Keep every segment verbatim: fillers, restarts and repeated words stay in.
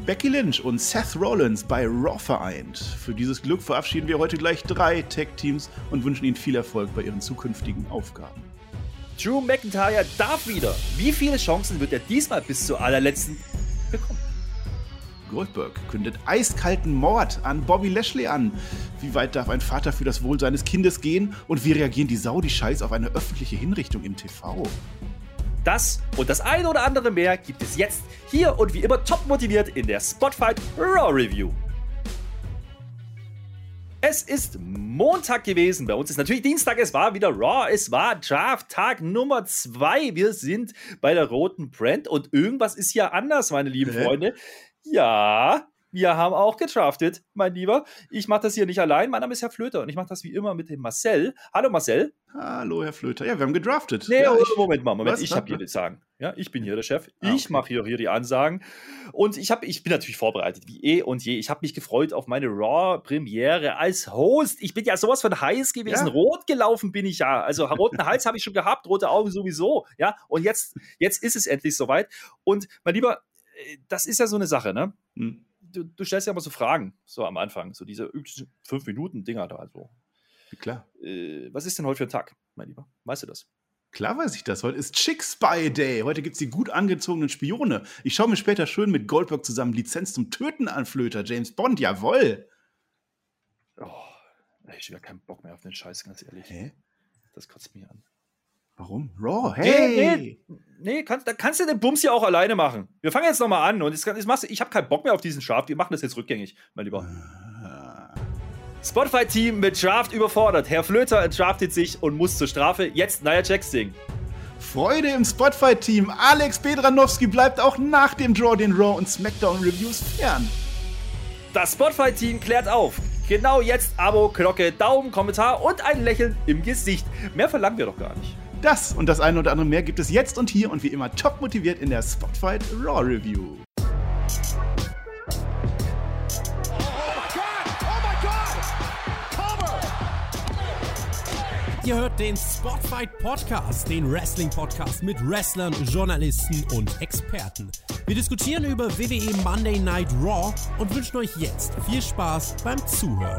Becky Lynch und Seth Rollins bei Raw vereint. Für dieses Glück verabschieden wir heute gleich drei Tag-Teams und wünschen ihnen viel Erfolg bei ihren zukünftigen Aufgaben. Drew McIntyre darf wieder. Wie viele Chancen wird er diesmal bis zur allerletzten bekommen? Goldberg kündet eiskalten Mord an Bobby Lashley an. Wie weit darf ein Vater für das Wohl seines Kindes gehen? Und wie reagieren die Saudi-Scheiß auf eine öffentliche Hinrichtung im T V? Das und das eine oder andere mehr gibt es jetzt hier und wie immer top motiviert in der Spotfight Raw Review. Es ist Montag gewesen, bei uns ist natürlich Dienstag, es war wieder Raw, es war Draft-Tag Nummer zwei. Wir sind bei der roten Brand und irgendwas ist hier anders, meine lieben Hä? Freunde. Ja, wir haben auch gedraftet, mein Lieber. Ich mache das hier nicht allein, mein Name ist Herr Flöter und ich mache das wie immer mit dem Marcel. Hallo Marcel. Hallo, Herr Flöter. Ja, wir haben gedraftet. Nee, ja, ich, Moment mal, Moment, was? ich habe hier die Sagen. Ja, ich bin hier der Chef. Ah, Ich okay. mache hier, hier die Ansagen. Und ich, hab, ich bin natürlich vorbereitet, wie eh und je. Ich habe mich gefreut auf meine Raw-Premiere als Host. Ich bin ja sowas von heiß gewesen. Ja. Rot gelaufen bin ich ja. Also roten Hals habe ich schon gehabt, rote Augen sowieso. Ja, und jetzt, jetzt ist es endlich soweit. Und mein Lieber, äh, das ist ja so eine Sache, ne? Hm. Du, du stellst ja immer so Fragen, so am Anfang. So diese fünf Minuten Dinger da. Also. Klar. Äh, was ist denn heute für ein Tag, mein Lieber? Weißt du das? Klar weiß ich das. Heute ist Chick Spy Day. Heute gibt es die gut angezogenen Spione. Ich schaue mir später schön mit Goldberg zusammen Lizenz zum Töten an, Flöter. James Bond, jawoll. Oh, ich habe ja keinen Bock mehr auf den Scheiß, ganz ehrlich. Hä? Das kotzt mich an. Warum? Raw, hey! Nee, nee, nee kannst, da kannst du den Bums ja auch alleine machen. Wir fangen jetzt nochmal an und jetzt, jetzt machst du, ich habe keinen Bock mehr auf diesen Draft. Wir machen das jetzt rückgängig, mein Lieber. Ah. Spotify-Team mit Draft überfordert. Herr Flöter entdraftet sich und muss zur Strafe jetzt Nia Jax singen. Freude im Spotify-Team. Alex Bedranowski bleibt auch nach dem Draw den Raw und SmackDown-Reviews fern. Das Spotify-Team klärt auf. Genau jetzt Abo, Glocke, Daumen, Kommentar und ein Lächeln im Gesicht. Mehr verlangen wir doch gar nicht. Das und das eine oder andere mehr gibt es jetzt und hier und wie immer top motiviert in der Spotify Raw Review. Ihr hört den Spotfight Podcast, den Wrestling-Podcast mit Wrestlern, Journalisten und Experten. Wir diskutieren über W W E Monday Night Raw und wünschen euch jetzt viel Spaß beim Zuhören.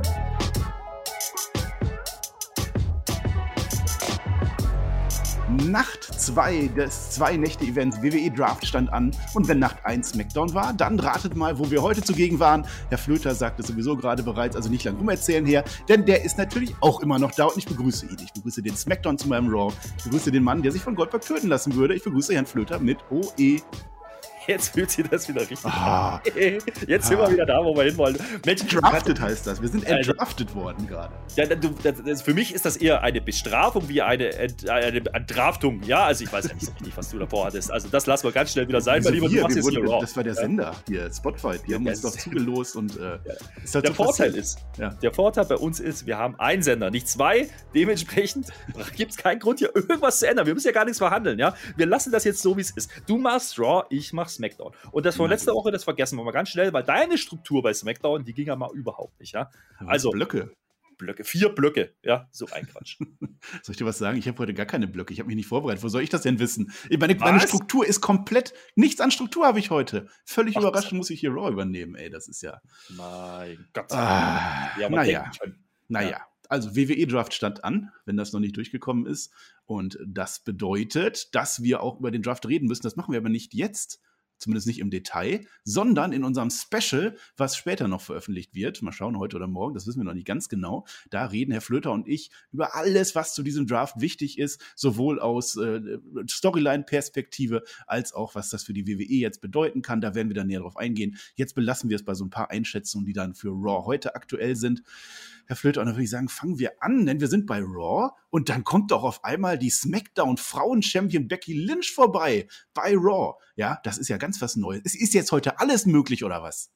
Nacht zwei des Zwei-Nächte-Events W W E Draft stand an und wenn Nacht eins SmackDown war, dann ratet mal, wo wir heute zugegen waren. Herr Flöter sagte sowieso gerade bereits, also nicht lang rumerzählen her, denn der ist natürlich auch immer noch da und ich begrüße ihn. Ich begrüße den SmackDown zu meinem Raw. Ich begrüße den Mann, der sich von Goldberg töten lassen würde. Ich begrüße Herrn Flöter mit O E. Jetzt fühlt sich das wieder richtig Ah. an. Jetzt sind wir wieder da, wo wir hinwollen. Mensch, Drafted heißt das. Wir sind Also- entdraftet worden gerade. Ja, du, das, das, für mich ist das eher eine Bestrafung wie eine, Ent, eine Entdraftung. Ja, also ich weiß ja nicht so richtig, was du davor hattest. Also das lassen wir ganz schnell wieder sein, Also mein Lieber. wir, Du machst wir jetzt hier wurden, Raw. das war der Sender hier, Spotify. Die haben uns Ja, doch zugelost und äh, ist halt Der so Vorteil passiert. ist, Ja. der Vorteil bei uns ist, wir haben einen Sender, nicht zwei. Dementsprechend gibt es keinen Grund, hier irgendwas zu ändern. Wir müssen ja gar nichts verhandeln, ja. Wir lassen das jetzt so, wie es ist. Du machst Raw, ich mach SmackDown. Und das von Ja. letzter Woche, das vergessen wir mal ganz schnell, weil deine Struktur bei SmackDown, die ging ja mal überhaupt nicht, ja. Also Blöcke. Blöcke, vier Blöcke, ja, so ein Quatsch. Soll ich dir was sagen? Ich habe heute gar keine Blöcke. Ich habe mich nicht vorbereitet. Wo soll ich das denn wissen? Ich meine, meine Was? Struktur ist komplett. Nichts an Struktur habe ich heute. Völlig Ach, überraschend das- muss ich hier Raw übernehmen. Ey, das ist ja. Mein Gott. Ah, Ja, man naja. denkt schon. Naja. Ja. Also W W E-Draft stand an, wenn das noch nicht durchgekommen ist. Und das bedeutet, dass wir auch über den Draft reden müssen. Das machen wir aber nicht jetzt. Zumindest nicht im Detail, sondern in unserem Special, was später noch veröffentlicht wird. Mal schauen, heute oder morgen, das wissen wir noch nicht ganz genau. Da reden Herr Flöter und ich über alles, was zu diesem Draft wichtig ist, sowohl aus äh, Storyline-Perspektive als auch, was das für die W W E jetzt bedeuten kann. Da werden wir dann näher drauf eingehen. Jetzt belassen wir es bei so ein paar Einschätzungen, die dann für Raw heute aktuell sind. Herr Flöter, und dann würde ich sagen, fangen wir an, denn wir sind bei Raw und dann kommt doch auf einmal die SmackDown-Frauen-Champion Becky Lynch vorbei bei Raw. Ja, das ist ja ganz was Neues. Es ist jetzt heute alles möglich, oder was?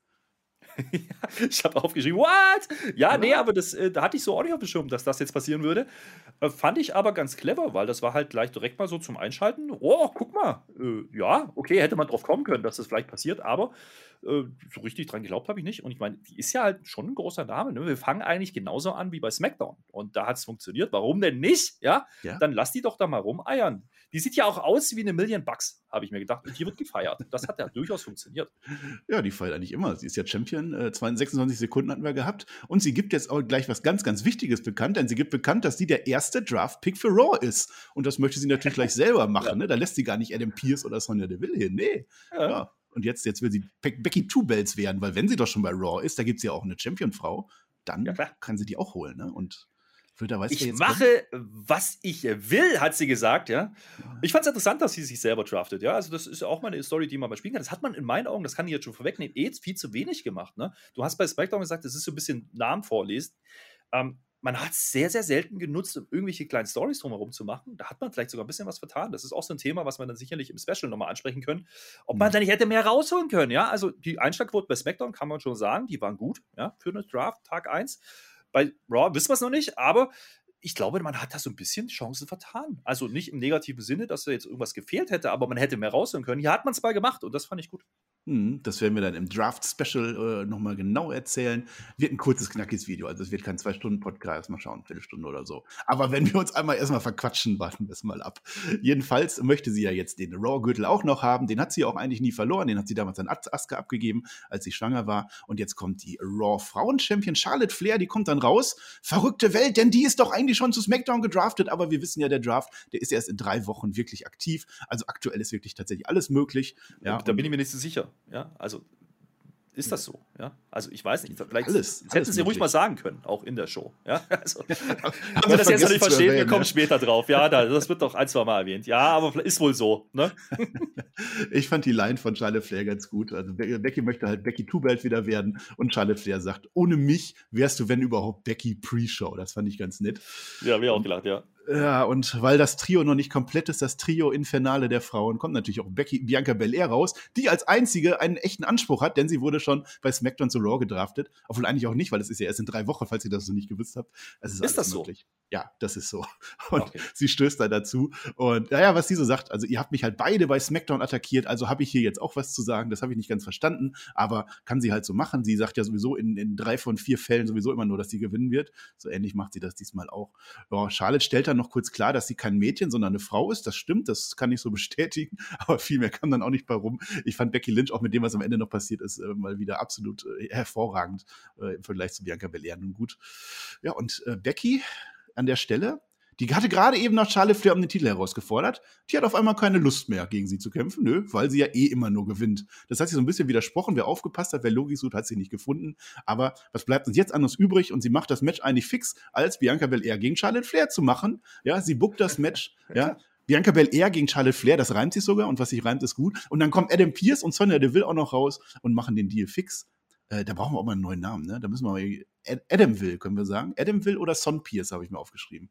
Ich habe aufgeschrieben, what? Ja, Ja. nee, aber das, äh, da hatte ich so auch nicht auf dem Schirm, dass das jetzt passieren würde. Äh, fand ich aber ganz clever, weil das war halt gleich direkt mal so zum Einschalten. Oh, guck mal. Äh, ja, okay, hätte man drauf kommen können, dass das vielleicht passiert, aber äh, so richtig dran geglaubt habe ich nicht. Und ich meine, die ist ja halt schon ein großer Name. Ne? Wir fangen eigentlich genauso an wie bei SmackDown. Und da hat es funktioniert. Warum denn nicht? Ja, Ja. dann lass die doch da mal rumeiern. Die sieht ja auch aus wie eine Million Bucks. habe ich mir gedacht. Und die wird gefeiert. Das hat ja durchaus funktioniert. Ja, die feiert eigentlich immer. Sie ist ja Champion. Äh, sechsundzwanzig Sekunden hatten wir gehabt. Und sie gibt jetzt auch gleich was ganz, ganz Wichtiges bekannt, denn sie gibt bekannt, dass sie der erste Draft-Pick für Raw ist. Und das möchte sie natürlich gleich selber machen. Ja. Ne? Da lässt sie gar nicht Adam Pearce oder Sonya Deville hin. Nee. Ja. ja. Und jetzt, jetzt will sie Be- Becky Two Belts werden, weil wenn sie doch schon bei Raw ist, da gibt es ja auch eine Champion-Frau, dann ja, kann sie die auch holen. Ne? Und da weiß, ich mache, kommt. was ich will, hat sie gesagt, ja. Ich fand es interessant, dass sie sich selber draftet, ja. Also das ist auch mal eine Story, die man mal spielen kann. Das hat man in meinen Augen, das kann ich jetzt schon vorwegnehmen, eh viel zu wenig gemacht, ne. Du hast bei SmackDown gesagt, das ist so ein bisschen Namen vorlesen. Ähm, man hat es sehr, sehr selten genutzt, um irgendwelche kleinen Storys drumherum zu machen. Da hat man vielleicht sogar ein bisschen was vertan. Das ist auch so ein Thema, was wir dann sicherlich im Special nochmal ansprechen können. Ob man da nicht hätte mehr rausholen können, ja. Also die Einschlagquote bei SmackDown kann man schon sagen, die waren gut, ja, für einen Draft, Tag eins. Bei Raw wissen wir es noch nicht, aber ich glaube, man hat da so ein bisschen Chancen vertan. Also nicht im negativen Sinne, dass da jetzt irgendwas gefehlt hätte, aber man hätte mehr rausholen können. Hier hat man es mal gemacht und das fand ich gut. Hm, das werden wir dann im Draft-Special äh, nochmal genau erzählen. Wird ein kurzes, knackiges Video. Also es wird kein Zwei-Stunden-Podcast. Mal schauen, Viertelstunde oder so. Aber wenn wir uns einmal erstmal verquatschen, warten wir es mal ab. Jedenfalls möchte sie ja jetzt den Raw-Gürtel auch noch haben. Den hat sie auch eigentlich nie verloren. Den hat sie damals an Asuka abgegeben, als sie schwanger war. Und jetzt kommt die Raw-Frauen-Champion Charlotte Flair. Die kommt dann raus. Verrückte Welt, denn die ist doch eigentlich schon zu SmackDown gedraftet. Aber wir wissen ja, der Draft, der ist erst in drei Wochen wirklich aktiv. Also aktuell ist wirklich tatsächlich alles möglich. Ja, da bin ich mir nicht so sicher. Ja, also ist das so? Ja, also ich weiß nicht. Vielleicht alles, das hätten alles sie möglich. ruhig mal sagen können, auch in der Show. Ja, also, ja, wenn das jetzt noch nicht verstehen, wir kommen später drauf. Ja, das wird doch ein, zwei Mal erwähnt. Ja, aber ist wohl so. Ne? Ich fand die Line von Charlotte Flair ganz gut. Also Becky möchte halt Becky Two Belt wieder werden und Charlotte Flair sagt, ohne mich wärst du, wenn überhaupt, Becky Pre-Show. Das fand ich ganz nett. Ja, wir auch gelacht, ja. Ja, und weil das Trio noch nicht komplett ist, das Trio Infernale der Frauen, kommt natürlich auch Becky, Bianca Belair raus, die als einzige einen echten Anspruch hat, denn sie wurde schon bei SmackDown zu Raw gedraftet. Obwohl eigentlich auch nicht, weil es ist ja erst in drei Wochen, falls ihr das noch nicht gewusst habt. Es ist, ist das möglich. So? Ja, das ist so. Und okay. sie stößt da dazu. Und naja, was sie so sagt, also ihr habt mich halt beide bei SmackDown attackiert, also habe ich hier jetzt auch was zu sagen. Das habe ich nicht ganz verstanden, aber kann sie halt so machen. Sie sagt ja sowieso in, in drei von vier Fällen sowieso immer nur, dass sie gewinnen wird. So ähnlich macht sie das diesmal auch. Ja, Charlotte stellt dann noch kurz klar, dass sie kein Mädchen, sondern eine Frau ist. Das stimmt, das kann ich so bestätigen. Aber viel mehr kam dann auch nicht bei rum. Ich fand Becky Lynch auch mit dem, was am Ende noch passiert ist, äh, mal wieder absolut äh, hervorragend äh, im Vergleich zu Bianca Belair. Nun gut. Ja, und äh, Becky an der Stelle, die hatte gerade eben noch Charlotte Flair um den Titel herausgefordert. Die hat auf einmal keine Lust mehr, gegen sie zu kämpfen. Nö, weil sie ja eh immer nur gewinnt. Das hat sie so ein bisschen widersprochen. Wer aufgepasst hat, wer Logik sucht, hat sie nicht gefunden. Aber was bleibt uns jetzt anderes übrig? Und sie macht das Match eigentlich fix, als Bianca Belair gegen Charlotte Flair zu machen. Ja, sie bookt das Match. Ja, Bianca Belair gegen Charlotte Flair, das reimt sich sogar. Und was sich reimt, ist gut. Und dann kommen Adam Pearce und Sonya Deville auch noch raus und machen den Deal fix. Äh, da brauchen wir auch mal einen neuen Namen. Ne? Da müssen wir mal Adamville, können wir sagen. Adamville oder Son Pearce habe ich mir aufgeschrieben.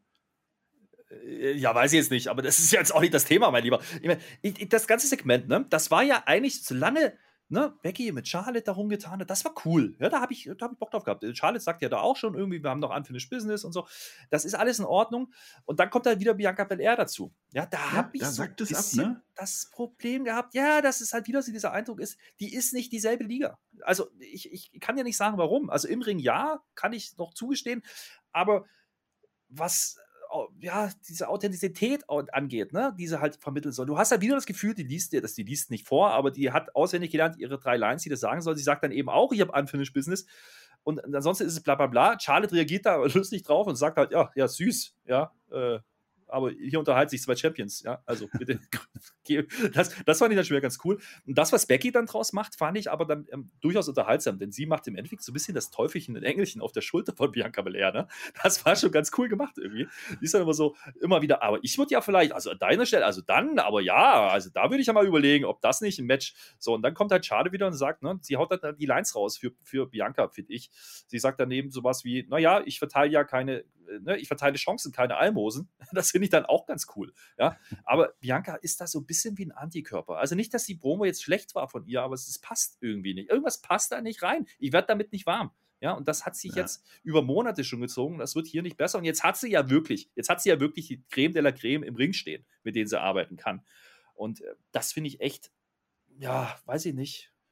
Ja, weiß ich jetzt nicht, aber das ist jetzt auch nicht das Thema, mein Lieber. Ich meine, das ganze Segment, ne, das war ja eigentlich, solange ne, Becky mit Charlotte da rumgetan hat, das war cool. Ja, da habe ich, hab ich Bock drauf gehabt. Charlotte sagt ja da auch schon irgendwie, wir haben noch Unfinished Business und so. Das ist alles in Ordnung. Und dann kommt halt wieder Bianca Belair dazu. Ja, da ja, habe ich da so sagt es ab, ne? das Problem gehabt, ja, dass es halt wieder so dieser Eindruck ist, die ist nicht dieselbe Liga. Also ich, ich kann ja nicht sagen, warum. Also im Ring, ja, kann ich noch zugestehen, aber was ja, diese Authentizität angeht, ne, die sie halt vermitteln soll. Du hast halt wieder das Gefühl, die liest dir, das die liest nicht vor, aber die hat auswendig gelernt, ihre drei Lines, die das sagen soll. Sie sagt dann eben auch, ich habe Unfinished Business. Und ansonsten ist es bla bla bla. Charlotte reagiert da lustig drauf und sagt halt, ja, ja, süß, ja, äh, aber hier unterhalten sich zwei Champions, ja, also bitte, das, das fand ich dann schon wieder ganz cool. Und das, was Becky dann draus macht, fand ich aber dann ähm, durchaus unterhaltsam, denn sie macht im Endeffekt so ein bisschen das Teufelchen und Engelchen auf der Schulter von Bianca Belair, ne? Das war schon ganz cool gemacht irgendwie. Die ist dann immer so, immer wieder, aber ich würde ja vielleicht, also an deiner Stelle, also dann, aber ja, also da würde ich ja mal überlegen, ob das nicht ein Match, so, und dann kommt halt Charlotte wieder und sagt, ne, sie haut dann die Lines raus für, für Bianca, finde ich. Sie sagt daneben sowas wie, naja, ich verteile ja keine, ne, ich verteile Chancen, keine Almosen. Das finde ich dann auch ganz cool. Ja? Aber Bianca ist da so ein bisschen wie ein Antikörper. Also nicht, dass die Promo jetzt schlecht war von ihr, aber es, es passt irgendwie nicht. Irgendwas passt da nicht rein. Ich werde damit nicht warm. Ja, und das hat sich ja. jetzt über Monate schon gezogen. Das wird hier nicht besser. Und jetzt hat sie ja wirklich, jetzt hat sie ja wirklich die Creme de la Creme im Ring stehen, mit denen sie arbeiten kann. Und äh, das finde ich echt, ja, weiß ich nicht.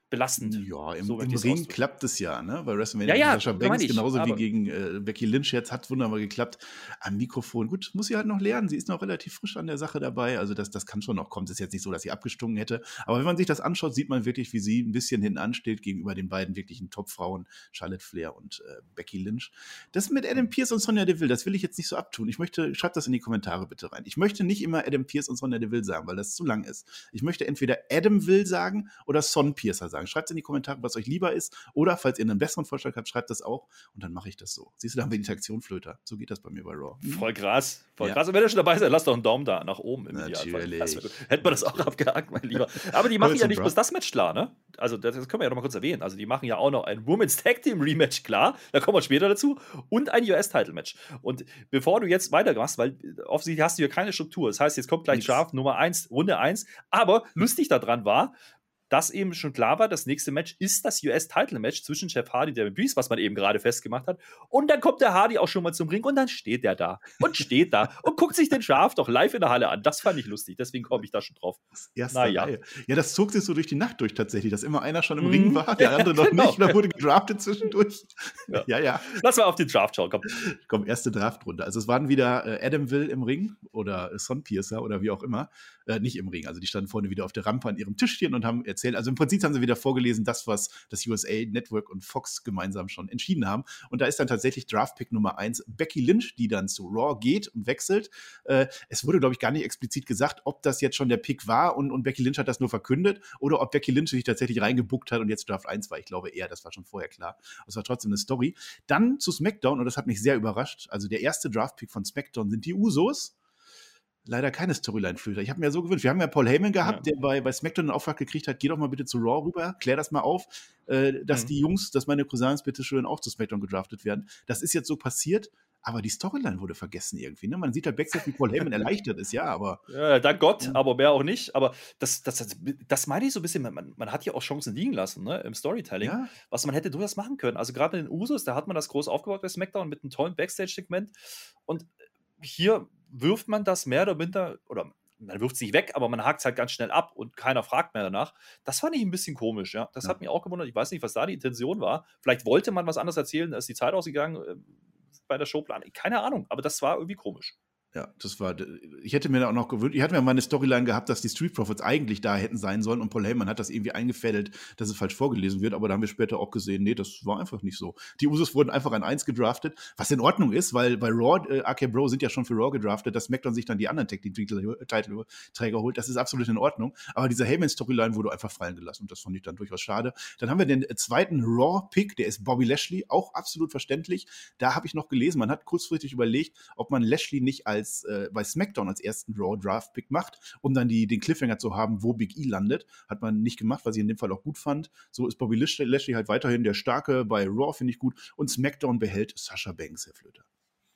belastend. Ja, im, So möchte im ich's Ring ausdrücken. klappt es ja, ne? Bei WrestleMania Ja, ja, gegen Sascha da meine Banks, ich, genauso wie aber gegen äh, Becky Lynch jetzt, hat wunderbar geklappt. Am Mikrofon, gut, muss sie halt noch lernen. Sie ist noch relativ frisch an der Sache dabei. Also das, das kann schon noch kommen. Es ist jetzt nicht so, dass sie abgestungen hätte. Aber wenn man sich das anschaut, sieht man wirklich, wie sie ein bisschen hinten ansteht gegenüber den beiden wirklichen Top-Frauen, Charlotte Flair und äh, Becky Lynch. Das mit Adam Pearce und Sonya Deville, das will ich jetzt nicht so abtun. Ich möchte, schreibt das in die Kommentare bitte rein. Ich möchte nicht immer Adam Pearce und Sonya Deville sagen, weil das zu lang ist. Ich möchte entweder Adam Will sagen oder Son Piercer sagen. Schreibt es in die Kommentare, was euch lieber ist. Oder falls ihr einen besseren Vorschlag habt, schreibt das auch und dann mache ich das so. Siehst du, da haben wir die Interaktion-Flöter. So geht das bei mir bei Raw. Hm? voll krass. Voll Ja. krass. Und wenn ihr schon dabei seid, lasst doch einen Daumen da, nach oben im Idealfall. Natürlich. Das wär gut. Hätten wir das auch abgehakt, mein Lieber. Aber die machen Holz ja und nicht Bra. bloß das Match klar, ne? Also, das das können wir ja noch mal kurz erwähnen. Also, die machen ja auch noch ein Women's Tag Team Rematch klar. Da kommen wir später dazu. Und ein U S-Title-Match. Und bevor du jetzt weitermachst, weil äh, offensichtlich hast du hier keine Struktur. Das heißt, jetzt kommt gleich Nix. Draft Nummer eins, Runde eins. Aber lustig daran war, dass eben schon klar war, das nächste Match ist das U S-Title-Match zwischen Jeff Hardy und Damien Priest, was man eben gerade festgemacht hat. Und dann kommt der Hardy auch schon mal zum Ring und dann steht der da und steht da und guckt sich den Draft doch live in der Halle an. Das fand ich lustig, deswegen komme ich da schon drauf. Erste Naja. Reihe. Ja, das zog sich so durch die Nacht durch tatsächlich, dass immer einer schon im Mhm. Ring war, der andere noch Genau. nicht, und dann wurde gedraftet zwischendurch. Ja. ja. ja. Lass mal auf den Draft schauen, komm. Komm, erste Draftrunde. Also es waren wieder äh, Adam Will im Ring oder äh, Son Piercer oder wie auch immer. Äh, nicht im Ring. Also die standen vorne wieder auf der Rampe an ihrem Tischchen und haben erzählt, also im Prinzip haben sie wieder vorgelesen, das, was das U S A Network und Fox gemeinsam schon entschieden haben. Und da ist dann tatsächlich Draftpick Nummer eins Becky Lynch, die dann zu Raw geht und wechselt. Äh, es wurde, glaube ich, gar nicht explizit gesagt, ob das jetzt schon der Pick war und, und Becky Lynch hat das nur verkündet oder ob Becky Lynch sich tatsächlich reingebuckt hat und jetzt Draft eins war. Ich glaube eher, das war schon vorher klar. Das war trotzdem eine Story. Dann zu SmackDown und das hat mich sehr überrascht. Also der erste Draftpick von SmackDown sind die Usos. Leider keine Storyline-Flöter. Ich habe mir ja so gewünscht. Wir haben ja Paul Heyman gehabt, Ja. der bei, bei SmackDown den Auftrag gekriegt hat, geh doch mal bitte zu Raw rüber, klär das mal auf, äh, dass Mhm. die Jungs, dass meine Cousins bitte schön auch zu SmackDown gedraftet werden. Das ist jetzt so passiert, aber die Storyline wurde vergessen irgendwie. Ne? Man sieht halt Backstage, wie Paul Heyman erleichtert ist, ja, aber Ja, dank Gott, Ja. aber mehr auch nicht. Aber das, das, das, das meine ich so ein bisschen, man, man hat ja auch Chancen liegen lassen, ne, im Storytelling, ja, was man hätte durchaus machen können. Also gerade mit den Usos, da hat man das groß aufgebaut bei SmackDown mit einem tollen Backstage-Segment. Und hier wirft man das mehr oder minder, oder man wirft es nicht weg, aber man hakt es halt ganz schnell ab und keiner fragt mehr danach. Das fand ich ein bisschen komisch, ja. Das Ja. hat mich auch gewundert. Ich weiß nicht, was da die Intention war. Vielleicht wollte man was anderes erzählen, da ist die Zeit ausgegangen äh, bei der Showplanung. Keine Ahnung, aber das war irgendwie komisch. ja, das war, ich hätte mir da auch noch gewünscht, ich hatte mir mal eine Storyline gehabt, dass die Street Profits eigentlich da hätten sein sollen und Paul Heyman hat das irgendwie eingefädelt, dass es falsch vorgelesen wird, aber da haben wir später auch gesehen, nee, das war einfach nicht so. Die Usos wurden einfach an eins gedraftet, was in Ordnung ist, weil bei Raw, äh, R K Bro sind ja schon für Raw gedraftet, dass SmackDown sich dann die anderen Tag-Team-Titelträger holt, das ist absolut in Ordnung, aber diese Heyman-Storyline wurde einfach fallen gelassen und das fand ich dann durchaus schade. Dann haben wir den zweiten Raw-Pick, der ist Bobby Lashley, auch absolut verständlich. Da habe ich noch gelesen, man hat kurzfristig überlegt, ob man Lashley nicht als äh, bei SmackDown als ersten Raw-Draft-Pick macht, um dann die, den Cliffhanger zu haben, wo Big E landet. Hat man nicht gemacht, was ich in dem Fall auch gut fand. So ist Bobby Lashley Lashley halt weiterhin der Starke. Bei Raw finde ich gut. Und SmackDown behält Sasha Banks, Herr Flöter.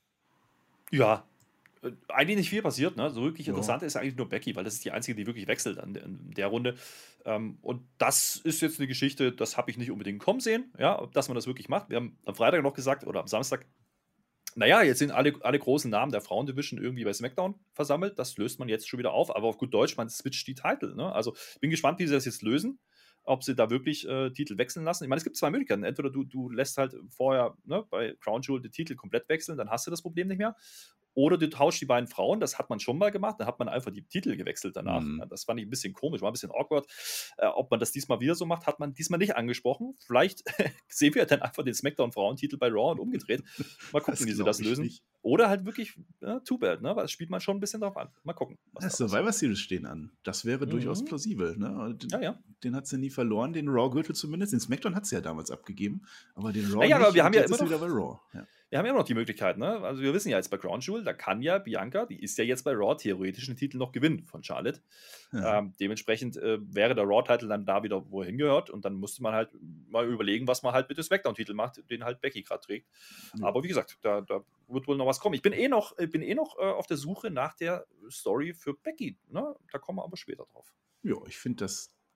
Ja, äh, eigentlich nicht viel passiert, ne? So wirklich Ja. interessant ist eigentlich nur Becky, weil das ist die einzige, die wirklich wechselt an der, in der Runde. Ähm, und das ist jetzt eine Geschichte, das habe ich nicht unbedingt kommen sehen, ja, dass man das wirklich macht. Wir haben am Freitag noch gesagt, oder am Samstag, naja, jetzt sind alle, alle großen Namen der Frauendivision irgendwie bei SmackDown versammelt. Das löst man jetzt schon wieder auf, aber auf gut Deutsch, man switcht die Titel. Ne? Also ich bin gespannt, wie sie das jetzt lösen. Ob sie da wirklich äh, Titel wechseln lassen. Ich meine, es gibt zwei Möglichkeiten. Entweder du, du lässt halt vorher ne, bei Crown Jewel die Titel komplett wechseln, dann hast du das Problem nicht mehr. Oder du tauschst die beiden Frauen, das hat man schon mal gemacht, dann hat man einfach die Titel gewechselt danach. Mhm. Ja, das fand ich ein bisschen komisch, war ein bisschen awkward. Äh, ob man das diesmal wieder so macht, hat man diesmal nicht angesprochen. Vielleicht sehen wir dann einfach den SmackDown-Frauentitel bei Raw und umgedreht. Mal gucken, Das wie sie glaub das ich lösen. nicht. Oder halt wirklich äh, Too Bad, ne? Weil das spielt man schon ein bisschen drauf an. Mal gucken. was Das da passiert. Survivor Series stehen an. Das wäre Mhm. durchaus plausibel. Ne? Und Ja, ja. Den hat sie nie verloren, den Raw-Gürtel zumindest. Den SmackDown hat sie ja damals abgegeben, aber den Raw Naja, nicht. aber wir und haben ja jetzt immer ist sie noch- wieder bei Raw. Ja. Wir haben ja immer noch die Möglichkeit, ne? Also wir wissen ja jetzt bei Crown Jewel, da kann ja Bianca, die ist ja jetzt bei Raw, theoretisch den Titel noch gewinnen von Charlotte. Ja. Ähm, dementsprechend äh, wäre der Raw-Titel dann da wieder, wo er hingehört. Und dann musste man halt mal überlegen, was man halt mit dem SmackDown-Titel macht, den halt Becky gerade trägt. Ja. Aber wie gesagt, da, da wird wohl noch was kommen. Ich bin eh noch, ich bin eh noch äh, auf der Suche nach der Story für Becky. Ne? Da kommen wir aber später drauf. Ja, ich finde das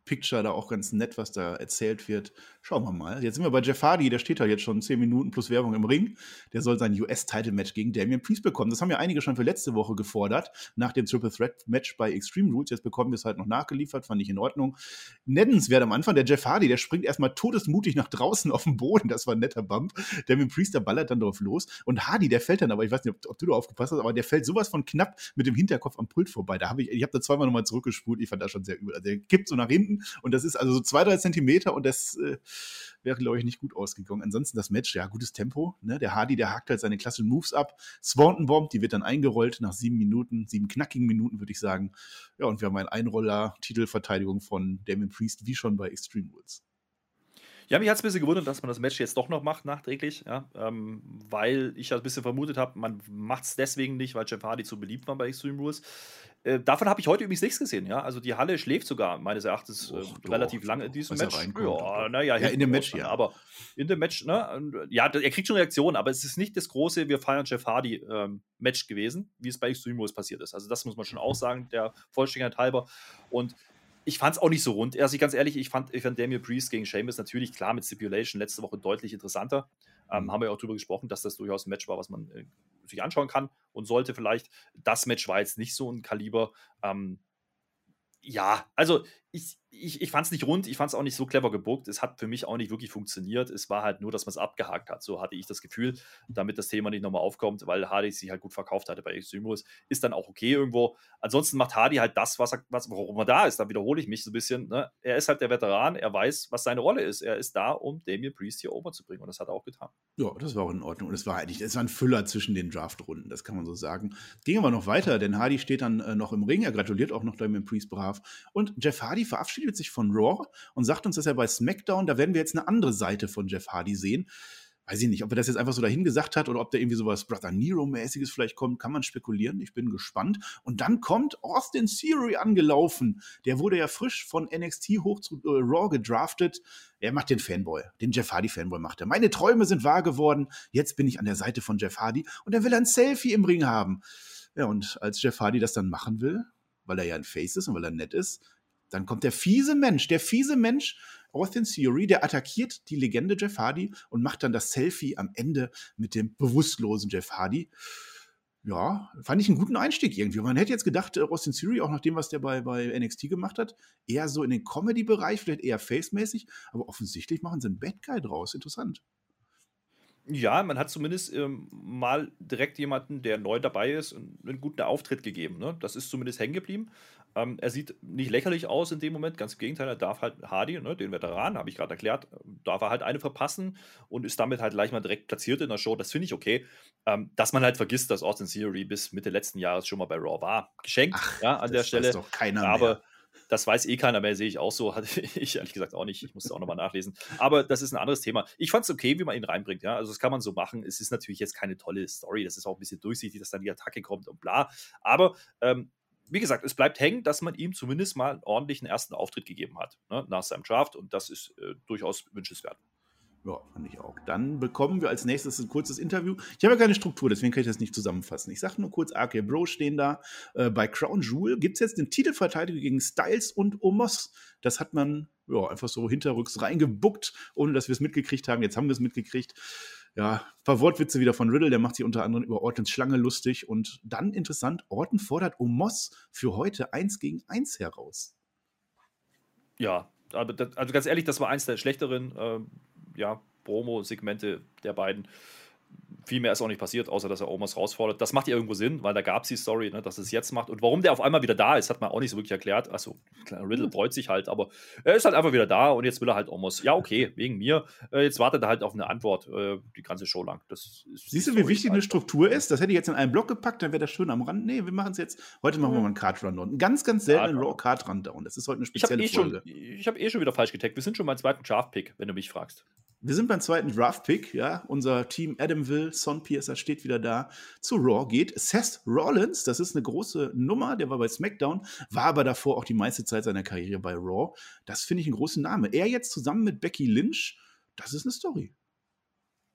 Picture da auch ganz nett, was da erzählt wird. Schauen wir mal. Jetzt sind wir bei Jeff Hardy, der steht da jetzt schon zehn Minuten plus Werbung im Ring. Der soll sein U S-Title-Match gegen Damian Priest bekommen. Das haben ja einige schon für letzte Woche gefordert, nach dem Triple Threat-Match bei Extreme Rules. Jetzt bekommen wir es halt noch nachgeliefert, fand ich in Ordnung. Nennenswert am Anfang, der Jeff Hardy, der springt erstmal todesmutig nach draußen auf den Boden. Das war ein netter Bump. Damian Priest, der ballert dann drauf los. Und Hardy, der fällt dann, aber ich weiß nicht, ob, ob du da aufgepasst hast, aber der fällt sowas von knapp mit dem Hinterkopf am Pult vorbei. Da habe ich, ich habe da zweimal nochmal zurückgespult. Ich fand das schon sehr übel. Also der kippt so nach hinten und das ist also so zwei, drei Zentimeter und das äh, wäre, glaube ich, nicht gut ausgegangen. Ansonsten das Match, ja, gutes Tempo. Ne? Der Hardy, der hakt halt seine klassischen Moves ab. Swanton Bomb, die wird dann eingerollt nach sieben Minuten, sieben knackigen Minuten, würde ich sagen. Ja, und wir haben einen Einroller-Titelverteidigung von Damian Priest, wie schon bei Extreme Rules. Ja, mich hat es ein bisschen gewundert, dass man das Match jetzt doch noch macht, nachträglich, ja, ähm, weil ich ja ein bisschen vermutet habe, man macht es deswegen nicht, weil Jeff Hardy zu beliebt war bei Extreme Rules. Äh, davon habe ich heute übrigens nichts gesehen, ja. Also die Halle schläft sogar meines Erachtens äh, Och, relativ doch, lange in diesem was er Match. reinkommt, Ja, doch. naja, Ja, in dem Match, ja. Aber in dem Match, ne, und, ja, er kriegt schon Reaktionen, aber es ist nicht das große Wir feiern Jeff Hardy ähm, Match gewesen, wie es bei Extreme Rules passiert ist. Also das muss man schon auch sagen, der Vollständigkeit halber. Und ich fand es auch nicht so rund. Also ich ganz ehrlich, ich fand, ich fand Damian Priest gegen Sheamus natürlich klar mit Stipulation letzte Woche deutlich interessanter. Ähm, Mhm. haben wir ja auch drüber gesprochen, dass das durchaus ein Match war, was man äh, sich anschauen kann und sollte vielleicht. Das Match war jetzt nicht so ein Kaliber. Ähm, ja, also ich, ich, ich fand es nicht rund, ich fand es auch nicht so clever gebuckt. Es hat für mich auch nicht wirklich funktioniert. Es war halt nur, dass man es abgehakt hat. So hatte ich das Gefühl, damit das Thema nicht nochmal aufkommt, weil Hardy sich halt gut verkauft hatte bei Extreme Rules. Ist dann auch okay irgendwo. Ansonsten macht Hardy halt das, was er, was, warum er da ist. Da wiederhole ich mich so ein bisschen. Ne? Er ist halt der Veteran, er weiß, was seine Rolle ist. Er ist da, um Damian Priest hier over zu bringen und das hat er auch getan. Ja, das war auch in Ordnung. Und es war eigentlich, es war ein Füller zwischen den Draftrunden, das kann man so sagen. Ging aber noch weiter, denn Hardy steht dann äh, noch im Ring. Er gratuliert auch noch Damian Priest brav. Und Jeff Hardy verabschiedet sich von Raw und sagt uns, dass er bei SmackDown, da werden wir jetzt eine andere Seite von Jeff Hardy sehen. Weiß ich nicht, ob er das jetzt einfach so dahin gesagt hat oder ob da irgendwie sowas Brother Nero-mäßiges vielleicht kommt, kann man spekulieren. Ich bin gespannt. Und dann kommt Austin Theory angelaufen. Der wurde ja frisch von N X T hoch zu äh, Raw gedraftet. Er macht den Fanboy, den Jeff Hardy-Fanboy macht er. Meine Träume sind wahr geworden. Jetzt bin ich an der Seite von Jeff Hardy und er will ein Selfie im Ring haben. Ja, und als Jeff Hardy das dann machen will, weil er ja ein Face ist und weil er nett ist, dann kommt der fiese Mensch, der fiese Mensch, Austin Theory, der attackiert die Legende Jeff Hardy und macht dann das Selfie am Ende mit dem bewusstlosen Jeff Hardy. Ja, fand ich einen guten Einstieg irgendwie. Man hätte jetzt gedacht, Austin Theory, auch nach dem, was der bei, bei N X T gemacht hat, eher so in den Comedy-Bereich, vielleicht eher face-mäßig, aber offensichtlich machen sie einen Bad Guy draus. Interessant. Ja, man hat zumindest ähm, mal direkt jemanden, der neu dabei ist, einen, einen guten Auftritt gegeben. Ne? Das ist zumindest hängen geblieben. Ähm, er sieht nicht lächerlich aus in dem Moment, ganz im Gegenteil, er darf halt Hardy, ne, den Veteran, habe ich gerade erklärt, darf er halt eine verpassen und ist damit halt gleich mal direkt platziert in der Show. Das finde ich okay. Ähm, dass man halt vergisst, dass Austin Theory bis Mitte letzten Jahres schon mal bei Raw war. Geschenkt, Ach, ja, an der das Stelle. weiß doch keiner aber mehr. das weiß eh keiner mehr, sehe ich auch so. Hatte ich ehrlich gesagt auch nicht. Ich musste auch nochmal nachlesen. Aber das ist ein anderes Thema. Ich fand es okay, wie man ihn reinbringt. Ja? Also das kann man so machen. Es ist natürlich jetzt keine tolle Story. Das ist auch ein bisschen durchsichtig, dass dann die Attacke kommt und bla. Aber ähm, wie gesagt, es bleibt hängen, dass man ihm zumindest mal einen ordentlichen ersten Auftritt gegeben hat, ne? Nach seinem Draft. Und das ist äh, durchaus wünschenswert. Ja, fand ich auch. Dann bekommen wir als nächstes ein kurzes Interview. Ich habe ja keine Struktur, deswegen kann ich das nicht zusammenfassen. Ich sage nur kurz, R K Bro stehen da. Äh, bei Crown Jewel gibt es jetzt den Titelverteidiger gegen Styles und Omos. Das hat man ja, einfach so hinterrücks reingebuckt, ohne dass wir es mitgekriegt haben. Jetzt haben wir es mitgekriegt. Ja, ein paar Wortwitze wieder von Riddle, der macht sich unter anderem über Ortons Schlange lustig. Und dann interessant, Orton fordert Omos für heute eins gegen eins heraus. Ja, aber das, also ganz ehrlich, das war eins der schlechteren äh, ja, Promo-Segmente der beiden. Viel mehr ist auch nicht passiert, außer dass er Omos herausfordert. Das macht ja irgendwo Sinn, weil da gab es die Story, ne, dass es jetzt macht. Und warum der auf einmal wieder da ist, hat man auch nicht so wirklich erklärt. Also, Riddle freut sich halt, aber er ist halt einfach wieder da und jetzt will er halt Omos. Ja, okay, wegen mir. Äh, jetzt wartet er halt auf eine Antwort äh, die ganze Show lang. Das ist Siehst du, wie wichtig eine Struktur ist? Das hätte ich jetzt in einen Block gepackt, dann wäre das schön am Rand. Nee, wir machen es jetzt. Heute machen wir mal einen Card-Rundown. Einen ganz, ganz seltenen Raw-Card-Rundown. Das ist heute eine Ich habe spezielle eh, Folge. schon- ich hab eh schon wieder falsch getaggt. Wir sind schon beim zweiten Draft-Pick, wenn du mich fragst. Wir sind beim zweiten Draft-Pick, ja. Unser Team Adamville, Son Piercer steht wieder da. Zu Raw geht Seth Rollins, das ist eine große Nummer, der war bei SmackDown, war aber davor auch die meiste Zeit seiner Karriere bei Raw. Das finde ich einen großen Namen. Er jetzt zusammen mit Becky Lynch, das ist eine Story.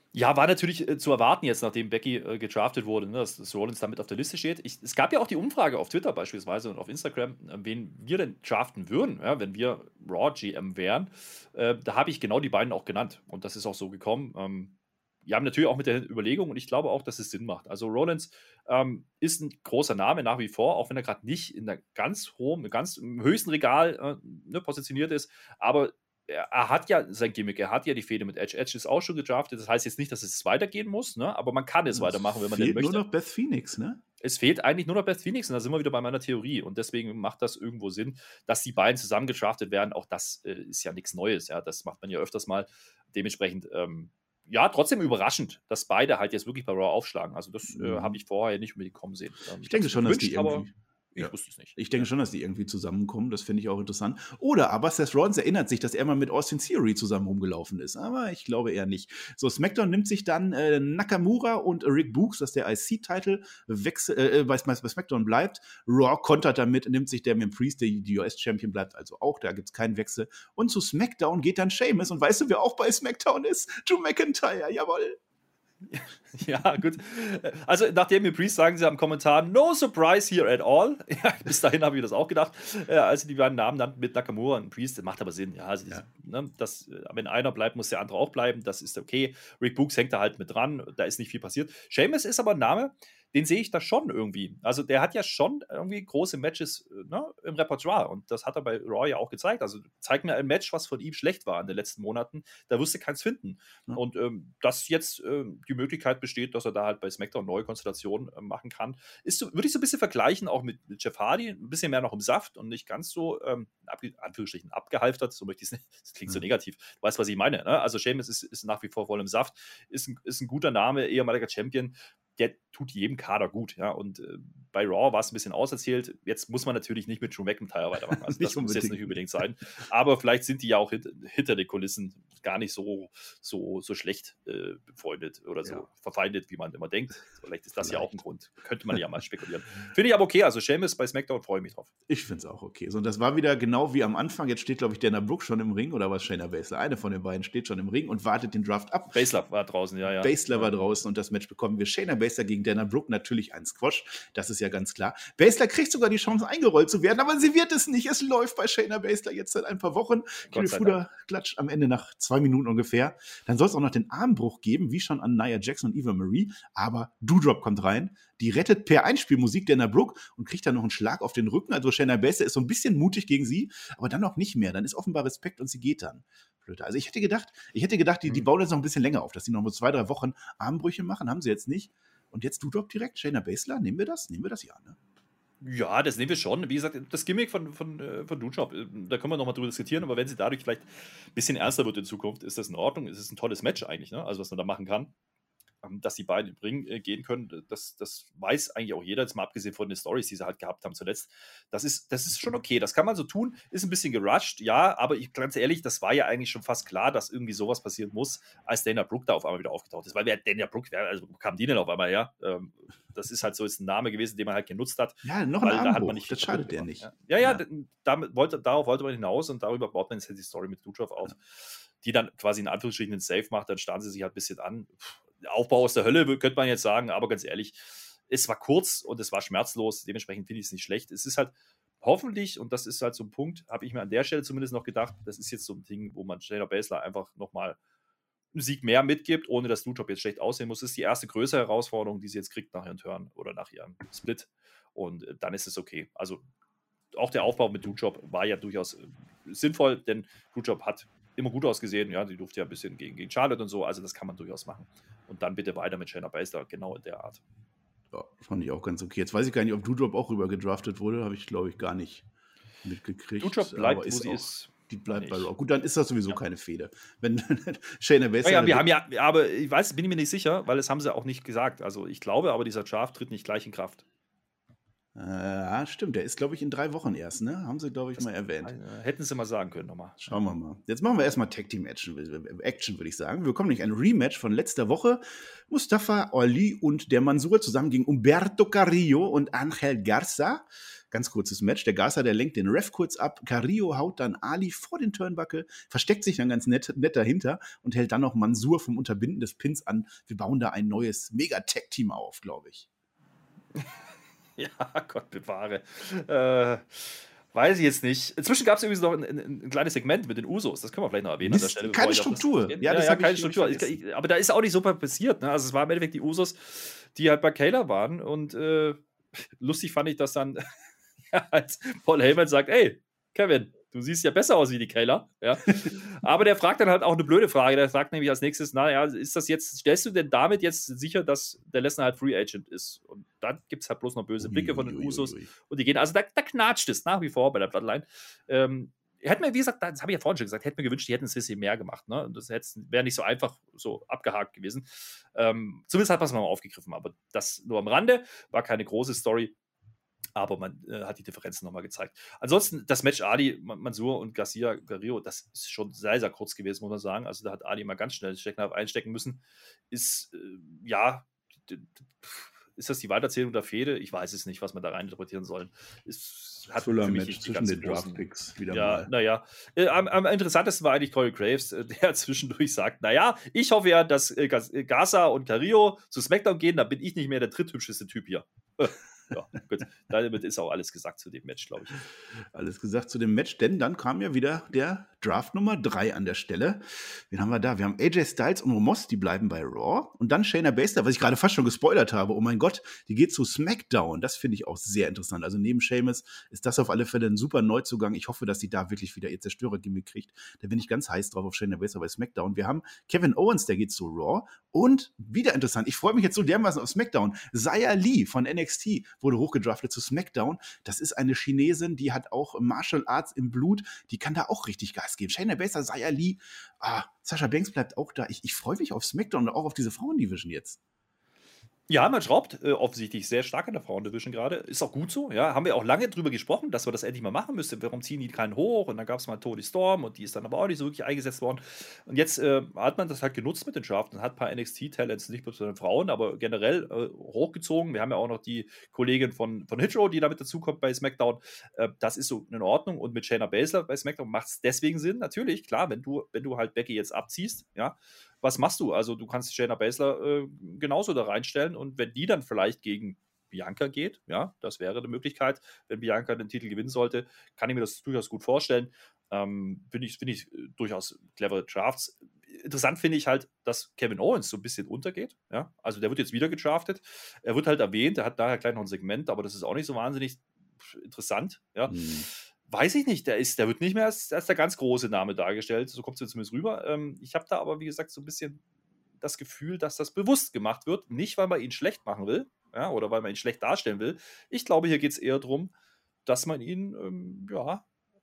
Ja, war natürlich äh, zu erwarten jetzt, nachdem Becky äh, gedraftet wurde, ne, dass, dass Rollins damit auf der Liste steht. Ich, es gab ja auch die Umfrage auf Twitter beispielsweise und auf Instagram, äh, wen wir denn draften würden, ja, wenn wir Raw G M wären. Äh, da habe ich genau die beiden auch genannt und das ist auch so gekommen. Ähm, wir haben natürlich auch mit der Überlegung und ich glaube auch, dass es Sinn macht. Also Rollins ähm, ist ein großer Name nach wie vor, auch wenn er gerade nicht in der ganz hohen, ganz im höchsten Regal äh, ne, positioniert ist, aber er, er hat ja sein Gimmick, er hat ja die Fehde mit Edge. Edge ist auch schon gedraftet. Das heißt jetzt nicht, dass es weitergehen muss, ne? Aber man kann es Es weitermachen, wenn man denn fehlt möchte. nur noch Beth Phoenix, ne? Es fehlt eigentlich nur noch Beth Phoenix und da sind wir wieder bei meiner Theorie. Und deswegen macht das irgendwo Sinn, dass die beiden zusammen gedraftet werden. Auch das äh, ist ja nichts Neues. Ja? Das macht man ja öfters mal. Dementsprechend, ähm, ja, trotzdem überraschend, dass beide halt jetzt wirklich bei Raw aufschlagen. Also das äh, Mhm. habe ich vorher nicht unbedingt kommen sehen. Ähm, Ich denke hab's schon, mir dass die gewünscht, aber irgendwie. ich Ja. wusste es nicht. Ich denke schon, dass die irgendwie zusammenkommen. Das finde ich auch interessant. Oder aber Seth Rollins erinnert sich, dass er mal mit Austin Theory zusammen rumgelaufen ist. Aber ich glaube eher nicht. So, SmackDown nimmt sich dann äh, Nakamura und Rick Books, dass der I C-Title äh, bei, bei SmackDown bleibt. Raw kontert damit, nimmt sich Damian Priest, der U S-Champion bleibt also auch. Da gibt es keinen Wechsel. Und zu SmackDown geht dann Sheamus. Und weißt du, wer auch bei SmackDown ist? Drew McIntyre, jawohl. Ja, gut. Also, nachdem mir Priest sagen sie am Kommentar, no surprise here at all. Ja, bis dahin habe ich das auch gedacht. Äh, als sie die beiden Namen nannten mit Nakamura und Priest, das macht aber Sinn. Ja, also Ja. Ne, das, wenn einer bleibt, muss der andere auch bleiben. Das ist okay. Rick Books hängt da halt mit dran. Da ist nicht viel passiert. Sheamus ist aber ein Name, den sehe ich da schon irgendwie. Also, der hat ja schon irgendwie große Matches ne, im Repertoire. Und das hat er bei Raw ja auch gezeigt. Also, zeig mir ein Match, was von ihm schlecht war in den letzten Monaten. Da wirst du keins finden. Ja. Und ähm, dass jetzt ähm, die Möglichkeit besteht, dass er da halt bei SmackDown neue Konstellationen äh, machen kann, ist so, würde ich so ein bisschen vergleichen, auch mit, mit Jeff Hardy. Ein bisschen mehr noch im Saft und nicht ganz so, ähm, ab, Anführungsstrichen, abgehalftert. So möchte ich es nicht. Das klingt so Ja. negativ. Du weißt, was ich meine. Ne? Also, Sheamus ist, ist nach wie vor voll im Saft. Ist ein, ist ein guter Name, ehemaliger Champion. Der tut jedem Kader gut, ja. Und äh, bei Raw war es ein bisschen auserzählt. Jetzt muss man natürlich nicht mit Drew McIntyre weitermachen. Also Nicht das muss jetzt unbedingt. nicht unbedingt sein. Aber vielleicht sind die ja auch hint- hinter den Kulissen gar nicht so, so, so schlecht äh, befreundet oder so Ja. verfeindet, wie man immer denkt. Vielleicht ist das ja Vielleicht. auch ein Grund. Könnte man ja mal spekulieren. Finde ich aber okay. Also Sheamus bei SmackDown freue ich mich drauf. Ich finde es auch okay. So, und das war wieder genau wie am Anfang. Jetzt steht, glaube ich, Dana Brooke schon im Ring oder was Shayna Baszler. Eine von den beiden steht schon im Ring und wartet den Draft ab. Baszler war draußen, ja, ja. Baszler war draußen und das Match bekommen wir. Shayna Baszler gegen Dana Brooke, natürlich ein Squash. Das ist ja ganz klar. Baszler kriegt sogar die Chance, eingerollt zu werden, aber sie wird es nicht. Es läuft bei Shayna Baszler jetzt seit ein paar Wochen. Gott sei Kirifuda klatscht am Ende nach zwei Minuten ungefähr. Dann soll es auch noch den Armbruch geben, wie schon an Nia Jackson und Eva Marie. Aber Doudrop kommt rein. Die rettet per Einspielmusik Dana Brooke und kriegt dann noch einen Schlag auf den Rücken. Also Shayna Baszler ist so ein bisschen mutig gegen sie, aber dann auch nicht mehr. Dann ist offenbar Respekt und sie geht dann. Blöd. Also ich hätte gedacht, ich hätte gedacht, die, die Mhm. bauen jetzt noch ein bisschen länger auf, dass die noch mal zwei, drei Wochen Armbrüche machen. Haben sie jetzt nicht. Und jetzt Doudrop direkt, Shayna Baszler. Nehmen wir das? Nehmen wir das? Ja, ne? Ja, das nehmen wir schon. Wie gesagt, das Gimmick von, von, äh, von Doudrop, äh, da können wir nochmal drüber diskutieren, aber wenn sie dadurch vielleicht ein bisschen ernster wird in Zukunft, ist das in Ordnung. Es ist ein tolles Match eigentlich, ne? Also was man da machen kann. Ähm, Dass die beiden im Ring äh, gehen können, das, das weiß eigentlich auch jeder, jetzt mal abgesehen von den Stories, die sie halt gehabt haben zuletzt. Das ist, das ist schon okay, das kann man so tun, ist ein bisschen gerusht, ja, aber ich, ganz ehrlich, das war ja eigentlich schon fast klar, dass irgendwie sowas passieren muss, als Dana Brooke da auf einmal wieder aufgetaucht ist, weil wer Dana Brooke, wer, also wo kam die denn auf einmal her? Ähm, das ist halt so ist ein Name gewesen, den man halt genutzt hat. Ja, noch ein Weil da hat Armbruch. man nicht Das viel schadet kaputt der gemacht, nicht. Ja, ja, ja, Ja. d- damit wollte, darauf wollte man hinaus und darüber baut man jetzt die Story mit Doudrop auf, die dann quasi in Anführungsstrichen einen Safe macht, dann starren sie sich halt ein bisschen an. Pff, Aufbau aus der Hölle, könnte man jetzt sagen, aber ganz ehrlich, es war kurz und es war schmerzlos, dementsprechend finde ich es nicht schlecht. Es ist halt hoffentlich, und das ist halt so ein Punkt, habe ich mir an der Stelle zumindest noch gedacht, das ist jetzt so ein Ding, wo man Shayna Baszler einfach nochmal einen Sieg mehr mitgibt, ohne dass Doudrop jetzt schlecht aussehen muss. Das ist die erste größere Herausforderung, die sie jetzt kriegt nach ihrem Turn oder nach ihrem Split. Und äh, dann ist es okay. Also auch der Aufbau mit Doudrop war ja durchaus äh, sinnvoll, denn Doudrop hat immer gut ausgesehen. Ja, die durfte ja ein bisschen gegen, gegen Charlotte und so. Also das kann man durchaus machen. Und dann bitte weiter mit Shayna Baszler, genau in der Art. Ja, fand ich auch ganz okay. Jetzt weiß ich gar nicht, ob Doudrop auch rüber gedraftet wurde. Habe ich, glaube ich, gar nicht mitgekriegt. Doudrop bleibt, Aber wo sie auch, ist. Die bleibt bei Nicht. Raw. Gut, dann ist das sowieso Ja. keine Fehde. Wenn Shayna Baszler... Ja, ja, wir haben ja, aber ich weiß, bin ich mir nicht sicher, weil das haben sie auch nicht gesagt. Also ich glaube aber, dieser Draft tritt nicht gleich in Kraft. Äh, ja, stimmt. Der ist, glaube ich, in drei Wochen erst, ne? Haben sie, glaube ich, mal erwähnt. Äh, Hätten sie mal sagen können nochmal. Schauen wir mal. Jetzt machen wir erstmal Tag Team Action, Action würde ich sagen. Wir bekommen nämlich ein Rematch von letzter Woche. Mustafa Ali und der Mansur zusammen gegen Humberto Carrillo und Angel Garza. ganz kurzes Match. Der Garza, der lenkt den Ref kurz ab. Carrillo haut dann Ali vor den Turnbuckle, versteckt sich dann ganz nett, nett dahinter und hält dann noch Mansour vom Unterbinden des Pins an. Wir bauen da ein neues Mega-Tag-Team auf, glaube ich. Ja, Gott bewahre. Äh, weiß ich jetzt nicht. Inzwischen gab es übrigens noch ein, ein, ein kleines Segment mit den Usos. Das können wir vielleicht noch erwähnen. Mist, an der Stelle, keine bevor ich auf das Struktur. gehe. Ja, Ja, das ja, hab keine ich Struktur. vergessen. Ich, ich, aber da ist auch nicht super passiert. Ne? Also es waren im Endeffekt die Usos, die halt bei Kayla waren. Und äh, lustig fand ich, dass dann ja, als Paul Heyman sagt, ey, Kevin, du siehst ja besser aus wie die Kayla. Ja? Aber der fragt dann halt auch eine blöde Frage. Der fragt nämlich als nächstes, naja, ist das jetzt, stellst du denn damit jetzt sicher, dass der Lesnar halt Free Agent ist? Und dann gibt es halt bloß noch böse Blicke von den Ui, ui, Usos. ui. Und die gehen, also da, da knatscht es nach wie vor bei der Bloodline. Ähm, hätte mir, wie gesagt, das habe ich ja vorhin schon gesagt, hätte mir gewünscht, die hätten es ein bisschen mehr gemacht. Ne? Und das wäre nicht so einfach so abgehakt gewesen. Ähm, zumindest hat man es mal aufgegriffen, aber das nur am Rande, war keine große Story. Aber man äh, hat die Differenzen nochmal gezeigt. Ansonsten, das Match Ali, Mansour und Garcia Carrillo, das ist schon sehr, sehr kurz gewesen, muss man sagen. Also da hat Ali mal ganz schnell Stecknadel einstecken müssen. Ist, äh, ja, d- d- ist das die Weitererzählung der Fehde? Ich weiß es nicht, was man da rein interpretieren soll. Es hat für mich Thriller-Match nicht die zwischen ganz den großen- Draft-Picks wieder Ja, mal. naja. Äh, am, am interessantesten war eigentlich Corey Graves, äh, der zwischendurch sagt, naja, ich hoffe ja, dass äh, Gas- äh, Garza und Carrillo zu SmackDown gehen, dann bin ich nicht mehr der dritthübscheste Typ hier. Ja, gut. Damit ist auch alles gesagt zu dem Match, glaube ich. Alles gesagt zu dem Match, denn dann kam ja wieder der Draft Nummer drei an der Stelle. Wen haben wir da? Wir haben A J Styles und Omos, die bleiben bei Raw. Und dann Shayna Baszler, was ich gerade fast schon gespoilert habe. Oh mein Gott, die geht zu SmackDown. Das finde ich auch sehr interessant. Also neben Sheamus ist das auf alle Fälle ein super Neuzugang. Ich hoffe, dass sie da wirklich wieder ihr Zerstörer-Gimmick kriegt. Da bin ich ganz heiß drauf auf Shayna Baszler bei SmackDown. Wir haben Kevin Owens, der geht zu Raw. Und wieder interessant, ich freue mich jetzt so dermaßen auf SmackDown. Xia Li von N X T wurde hochgedraftet zu SmackDown. Das ist eine Chinesin, die hat auch Martial Arts im Blut. Die kann da auch richtig Gas geben. Shayna Baszler, Xia Li, ah, Sasha Banks bleibt auch da. Ich, ich freue mich auf SmackDown und auch auf diese Frauendivision jetzt. Ja, man schraubt äh, offensichtlich sehr stark in der Frauendivision gerade. Ist auch gut so. Ja, haben wir auch lange drüber gesprochen, dass wir das endlich mal machen müssten. Warum ziehen die keinen hoch? Und dann gab es mal Toni Storm und die ist dann aber auch nicht so wirklich eingesetzt worden. Und jetzt äh, hat man das halt genutzt mit den Draft und hat ein paar N X T-Talents, nicht bloß bei den Frauen, aber generell äh, hochgezogen. Wir haben ja auch noch die Kollegin von, von Hitro, die damit dazukommt bei SmackDown. Äh, das ist so in Ordnung. Und mit Shayna Baszler bei SmackDown macht es deswegen Sinn. Natürlich, klar, wenn du, wenn du halt Becky jetzt abziehst, ja, was machst du? Also du kannst Shayna Baszler äh, genauso da reinstellen und wenn die dann vielleicht gegen Bianca geht, ja, das wäre eine Möglichkeit, wenn Bianca den Titel gewinnen sollte, kann ich mir das durchaus gut vorstellen. Ähm, finde ich, find ich äh, durchaus clevere Drafts. Interessant finde ich halt, dass Kevin Owens so ein bisschen untergeht, ja, also der wird jetzt wieder gedraftet, er wird halt erwähnt, er hat daher gleich noch ein Segment, aber das ist auch nicht so wahnsinnig interessant, ja. Hm. Weiß ich nicht, der, ist, der wird nicht mehr als, als der ganz große Name dargestellt, so kommt es jetzt zumindest rüber. Ähm, ich habe da aber, wie gesagt, so ein bisschen das Gefühl, dass das bewusst gemacht wird, nicht weil man ihn schlecht machen will, ja, oder weil man ihn schlecht darstellen will. Ich glaube, hier geht es eher darum, dass man ihn, ähm, ja,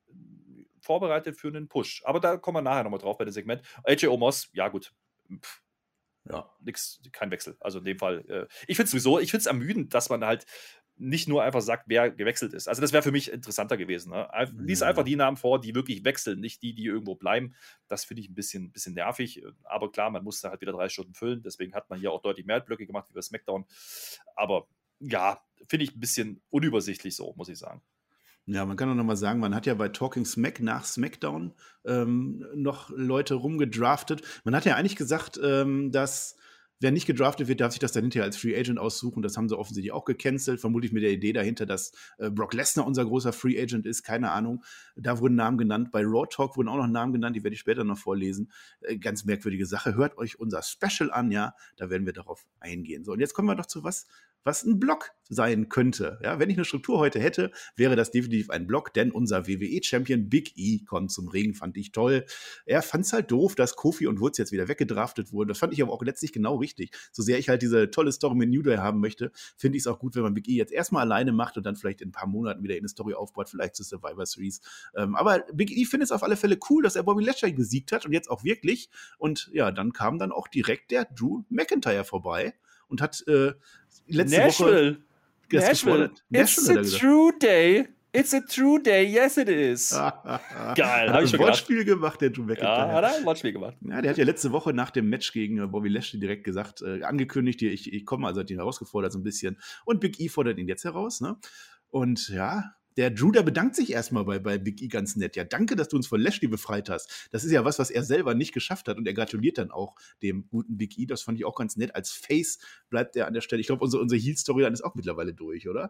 vorbereitet für einen Push. Aber da kommen wir nachher nochmal drauf bei dem Segment. A J Omos, ja gut, pff, ja, nix, kein Wechsel. Also in dem Fall, äh, ich finde es sowieso, ich finde es ermüdend, dass man halt nicht nur einfach sagt, wer gewechselt ist. Also das wäre für mich interessanter gewesen. Ne? Lies Ja. einfach die Namen vor, die wirklich wechseln, nicht die, die irgendwo bleiben. Das finde ich ein bisschen, bisschen nervig. Aber klar, man musste halt wieder drei Stunden füllen. Deswegen hat man hier auch deutlich mehr Blöcke gemacht wie bei SmackDown. Aber ja, finde ich ein bisschen unübersichtlich so, muss ich sagen. Ja, man kann auch noch mal sagen, man hat ja bei Talking Smack nach SmackDown ähm, noch Leute rumgedraftet. Man hat ja eigentlich gesagt, ähm, dass wer nicht gedraftet wird, darf sich das dann hinterher als Free Agent aussuchen. Das haben sie offensichtlich auch gecancelt. Vermutlich mit der Idee dahinter, dass äh, Brock Lesnar unser großer Free Agent ist. Keine Ahnung. Da wurden Namen genannt. Bei Raw Talk wurden auch noch Namen genannt. Die werde ich später noch vorlesen. Äh, ganz merkwürdige Sache. Hört euch unser Special an, ja. Da werden wir darauf eingehen. So, und jetzt kommen wir doch zu was, was ein Block sein könnte. Ja, wenn ich eine Struktur heute hätte, wäre das definitiv ein Block, denn unser W W E-Champion Big E kommt zum Ring, fand ich toll. Er fand es halt doof, dass Kofi und Woods jetzt wieder weggedraftet wurden. Das fand ich aber auch letztlich genau richtig. So sehr ich halt diese tolle Story mit New Day haben möchte, finde ich es auch gut, wenn man Big E jetzt erstmal alleine macht und dann vielleicht in ein paar Monaten wieder eine Story aufbaut, vielleicht zu Survivor Series. Ähm, aber Big E findet es auf alle Fälle cool, dass er Bobby Lashley besiegt hat und jetzt auch wirklich. Und ja, dann kam dann auch direkt der Drew McIntyre vorbei und hat äh, letzte Nashville. Woche das Nashville. gefordert. It's Nashville, hat a er gesagt. true day. It's a true day. Yes, it is. Geil, Hat habe ich ein schon gedacht. Wortspiel gemacht, der Drew Ja, McIntyre. hat er ein Wortspiel gemacht. Ja, der hat ja letzte Woche nach dem Match gegen äh, Bobby Lashley direkt gesagt, äh, angekündigt, hier, ich, ich komme, also hat ihn herausgefordert so ein bisschen. Und Big E fordert ihn jetzt heraus, ne? Und ja, der Drew, der bedankt sich erstmal bei, bei Big E ganz nett. Ja, danke, dass du uns von Lashley befreit hast. Das ist ja was, was er selber nicht geschafft hat. Und er gratuliert dann auch dem guten Big E. Das fand ich auch ganz nett. Als Face bleibt er an der Stelle. Ich glaube, unsere, unsere Heel-Story dann ist auch mittlerweile durch, oder?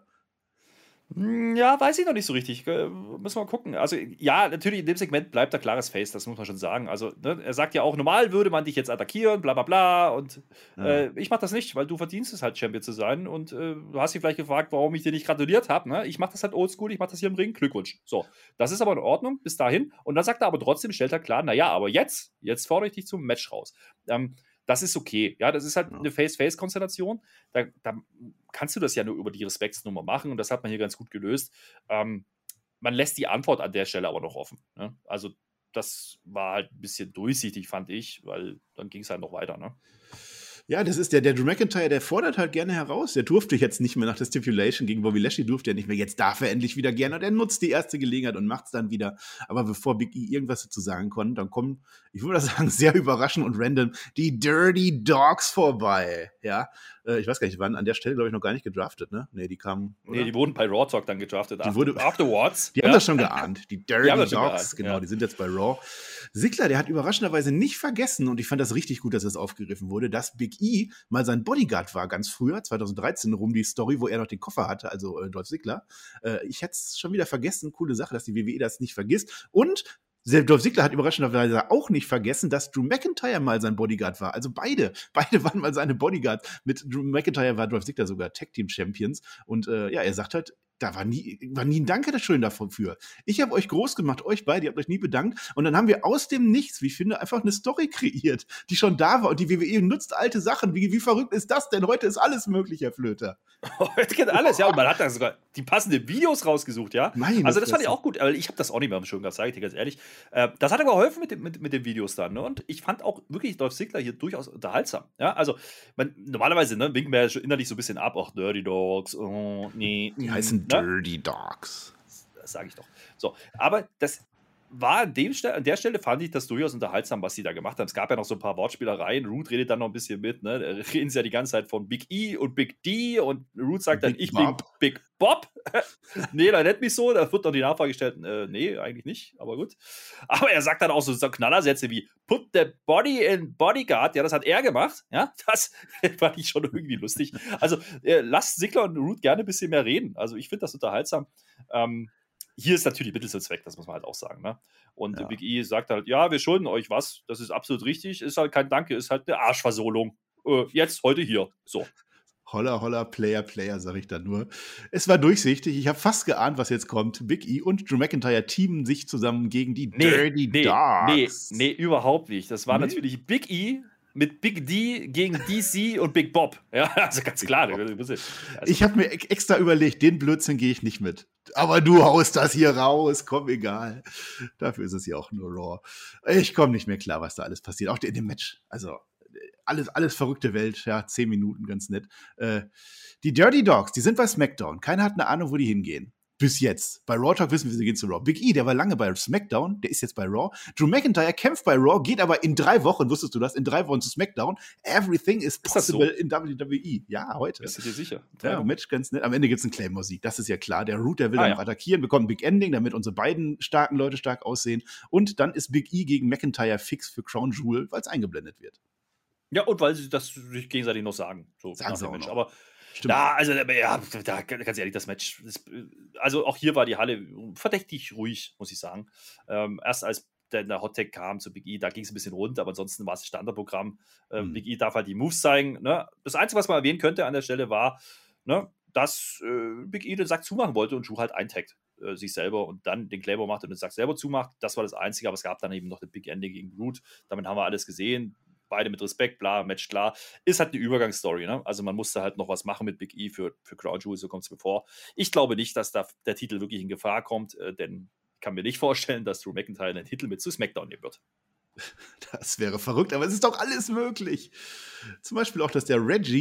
Ja, weiß ich noch nicht so richtig. Äh, Müssen wir mal gucken. Also, ja, natürlich, in dem Segment bleibt er klares Face, das muss man schon sagen. Also, ne, er sagt ja auch, normal würde man dich jetzt attackieren, bla bla bla. Und Ja. äh, ich mach das nicht, weil du verdienst es halt, Champion zu sein. Und äh, du hast dich vielleicht gefragt, warum ich dir nicht gratuliert habe. Ne? Ich mach das halt oldschool, ich mach das hier im Ring. Glückwunsch. So, das ist aber in Ordnung bis dahin. Und dann sagt er aber trotzdem, stellt er klar, naja, aber jetzt, jetzt fordere ich dich zum Match raus. Ähm, Das ist okay. Ja, das ist halt Ja. eine Face-Face-Konstellation. Da, da kannst du das ja nur über die Respektsnummer machen und das hat man hier ganz gut gelöst. Ähm, man lässt die Antwort an der Stelle aber noch offen. Ne? Also, das war halt ein bisschen durchsichtig, fand ich, weil dann ging es halt noch weiter. Ne? Ja, das ist der, der Drew McIntyre, der fordert halt gerne heraus. Der durfte jetzt nicht mehr nach der Stipulation gegen Bobby Lashley, durfte er nicht mehr. Jetzt darf er endlich wieder gerne und er nutzt die erste Gelegenheit und macht es dann wieder. Aber bevor Big E irgendwas dazu sagen konnte, dann kommen, ich würde sagen, sehr überraschend und random die Dirty Dogs vorbei. Ja, äh, ich weiß gar nicht, wann an der Stelle, glaube ich, noch gar nicht gedraftet, ne? Nee, die kamen. Nee, die wurden bei Raw Talk dann gedraftet. Die wurde- afterwards. Die haben das schon geahnt. Die Dirty Die haben das schon Dogs, geahnt, genau, ja. die sind jetzt bei Raw. Sigler, der hat überraschenderweise nicht vergessen, und ich fand das richtig gut, dass das aufgegriffen wurde, dass Big E mal sein Bodyguard war, ganz früher, zwanzig dreizehn rum, die Story, wo er noch den Koffer hatte, also äh, Dolph Ziggler. Äh, ich hätte es schon wieder vergessen, coole Sache, dass die W W E das nicht vergisst. Und selbst Dolph Ziggler hat überraschenderweise auch nicht vergessen, dass Drew McIntyre mal sein Bodyguard war. Also beide, beide waren mal seine Bodyguards. Mit Drew McIntyre war Dolph Ziggler sogar Tag-Team-Champions. Und äh, ja, er sagt halt, da war nie, war nie ein Danke schön dafür. Ich habe euch groß gemacht, euch beide, ihr habt euch nie bedankt. Und dann haben wir aus dem Nichts, wie ich finde, einfach eine Story kreiert, die schon da war. Und die W W E nutzt alte Sachen. Wie, wie verrückt ist das denn? Heute ist alles möglich, Herr Flöter. Heute geht alles, ja. Und man hat da sogar die passenden Videos rausgesucht, ja. Meine Also das fand ich Fresse. auch gut, weil ich habe das auch nicht mehr am Schirm gehabt, sage ich dir ganz ehrlich. Äh, das hat aber geholfen mit, dem, mit, mit den Videos dann. Ne? Und ich fand auch wirklich Dolph Ziggler hier durchaus unterhaltsam. Ja, also man, normalerweise ne, winken wir ja schon innerlich so ein bisschen ab, auch Dirty Dogs, oh, nee. Die heißen ne? Dirty Dogs. Das sage ich doch. So, aber das war an, dem Ste an der Stelle, fand ich das durchaus unterhaltsam, was sie da gemacht haben. Es gab ja noch so ein paar Wortspielereien. Root redet dann noch ein bisschen mit. Ne? Da reden sie ja die ganze Zeit von Big E und Big D und Root sagt dann, Big ich Bob. bin Big Bob. Nee, da nennt mich so. Da wird noch die Nachfrage gestellt, äh, nee, eigentlich nicht, aber gut. Aber er sagt dann auch so, so Knallersätze wie Put the body in bodyguard. Ja, das hat er gemacht. Ja, das fand ich schon irgendwie lustig. Also äh, lasst Ziggler und Root gerne ein bisschen mehr reden. Also ich finde das unterhaltsam. Ähm, Hier ist natürlich Mittel zum Zweck, das muss man halt auch sagen. Ne? Und Ja. Big E sagt halt, ja, wir schulden euch was, das ist absolut richtig, ist halt kein Danke, ist halt eine Arschversohlung. Äh, jetzt, heute hier. So. Holla, holla, Player, Player, sag ich dann nur. Es war durchsichtig. Ich habe fast geahnt, was jetzt kommt. Big E und Drew McIntyre teamen sich zusammen gegen die Nee, Dirty nee, Dogs. nee, nee, überhaupt nicht. Das war Nee? natürlich Big E mit Big D gegen D C und Big Bob. Ja, also ganz Big klar. Bob. Also, Ich habe mir ex- extra überlegt, den Blödsinn gehe ich nicht mit. Aber du haust das hier raus, komm, egal. Dafür ist es ja auch nur Raw. Ich komme nicht mehr klar, was da alles passiert. Auch in dem Match. Also, alles, alles verrückte Welt. Ja, zehn Minuten, ganz nett. Äh, die Dirty Dogs, die sind bei SmackDown. Keiner hat eine Ahnung, wo die hingehen. Bis jetzt. Bei Raw Talk wissen wir, sie gehen zu Raw. Big E, der war lange bei SmackDown, der ist jetzt bei Raw. Drew McIntyre kämpft bei Raw, geht aber in drei Wochen, wusstest du das, in drei Wochen zu SmackDown. Everything is Ist das so? possible in W W E. Ja, heute. bist du dir sicher? Ja, Match ganz nett. Am Ende gibt es einen Claymore-Sieg, das ist ja klar. Der Root, der will Ah, dann ja. noch attackieren, bekommt ein Big Ending, damit unsere beiden starken Leute stark aussehen. Und dann ist Big E gegen McIntyre fix für Crown Jewel, weil es eingeblendet wird. Ja, und weil sie das sich gegenseitig noch sagen. So Sagen nach sie dem auch Match. noch. Aber Stimmt. ja, also ja, da, ganz ehrlich, das Match, das, also auch hier war die Halle verdächtig ruhig, muss ich sagen. Ähm, erst als der, der Hot Tag kam zu Big E, da ging es ein bisschen rund, aber ansonsten war es Standardprogramm. Ähm, Mhm. Big E darf halt die Moves zeigen. Ne? Das Einzige, was man erwähnen könnte an der Stelle war, ne, dass äh, Big E den Sack zumachen wollte und Drew halt eintaggt äh, sich selber und dann den Claymore macht und den Sack selber zumacht. Das war das Einzige, aber es gab dann eben noch den Big Ending gegen Root. Damit haben wir alles gesehen. Beide mit Respekt, bla, Match klar. Ist halt eine Übergangsstory, ne? Also man musste halt noch was machen mit Big E für, für Crown Jewel, so kommt es mir vor. Ich glaube nicht, dass da der Titel wirklich in Gefahr kommt, äh, denn ich kann mir nicht vorstellen, dass Drew McIntyre den Titel mit zu SmackDown nehmen wird. Das wäre verrückt, aber es ist doch alles möglich. Zum Beispiel auch, dass der Reggie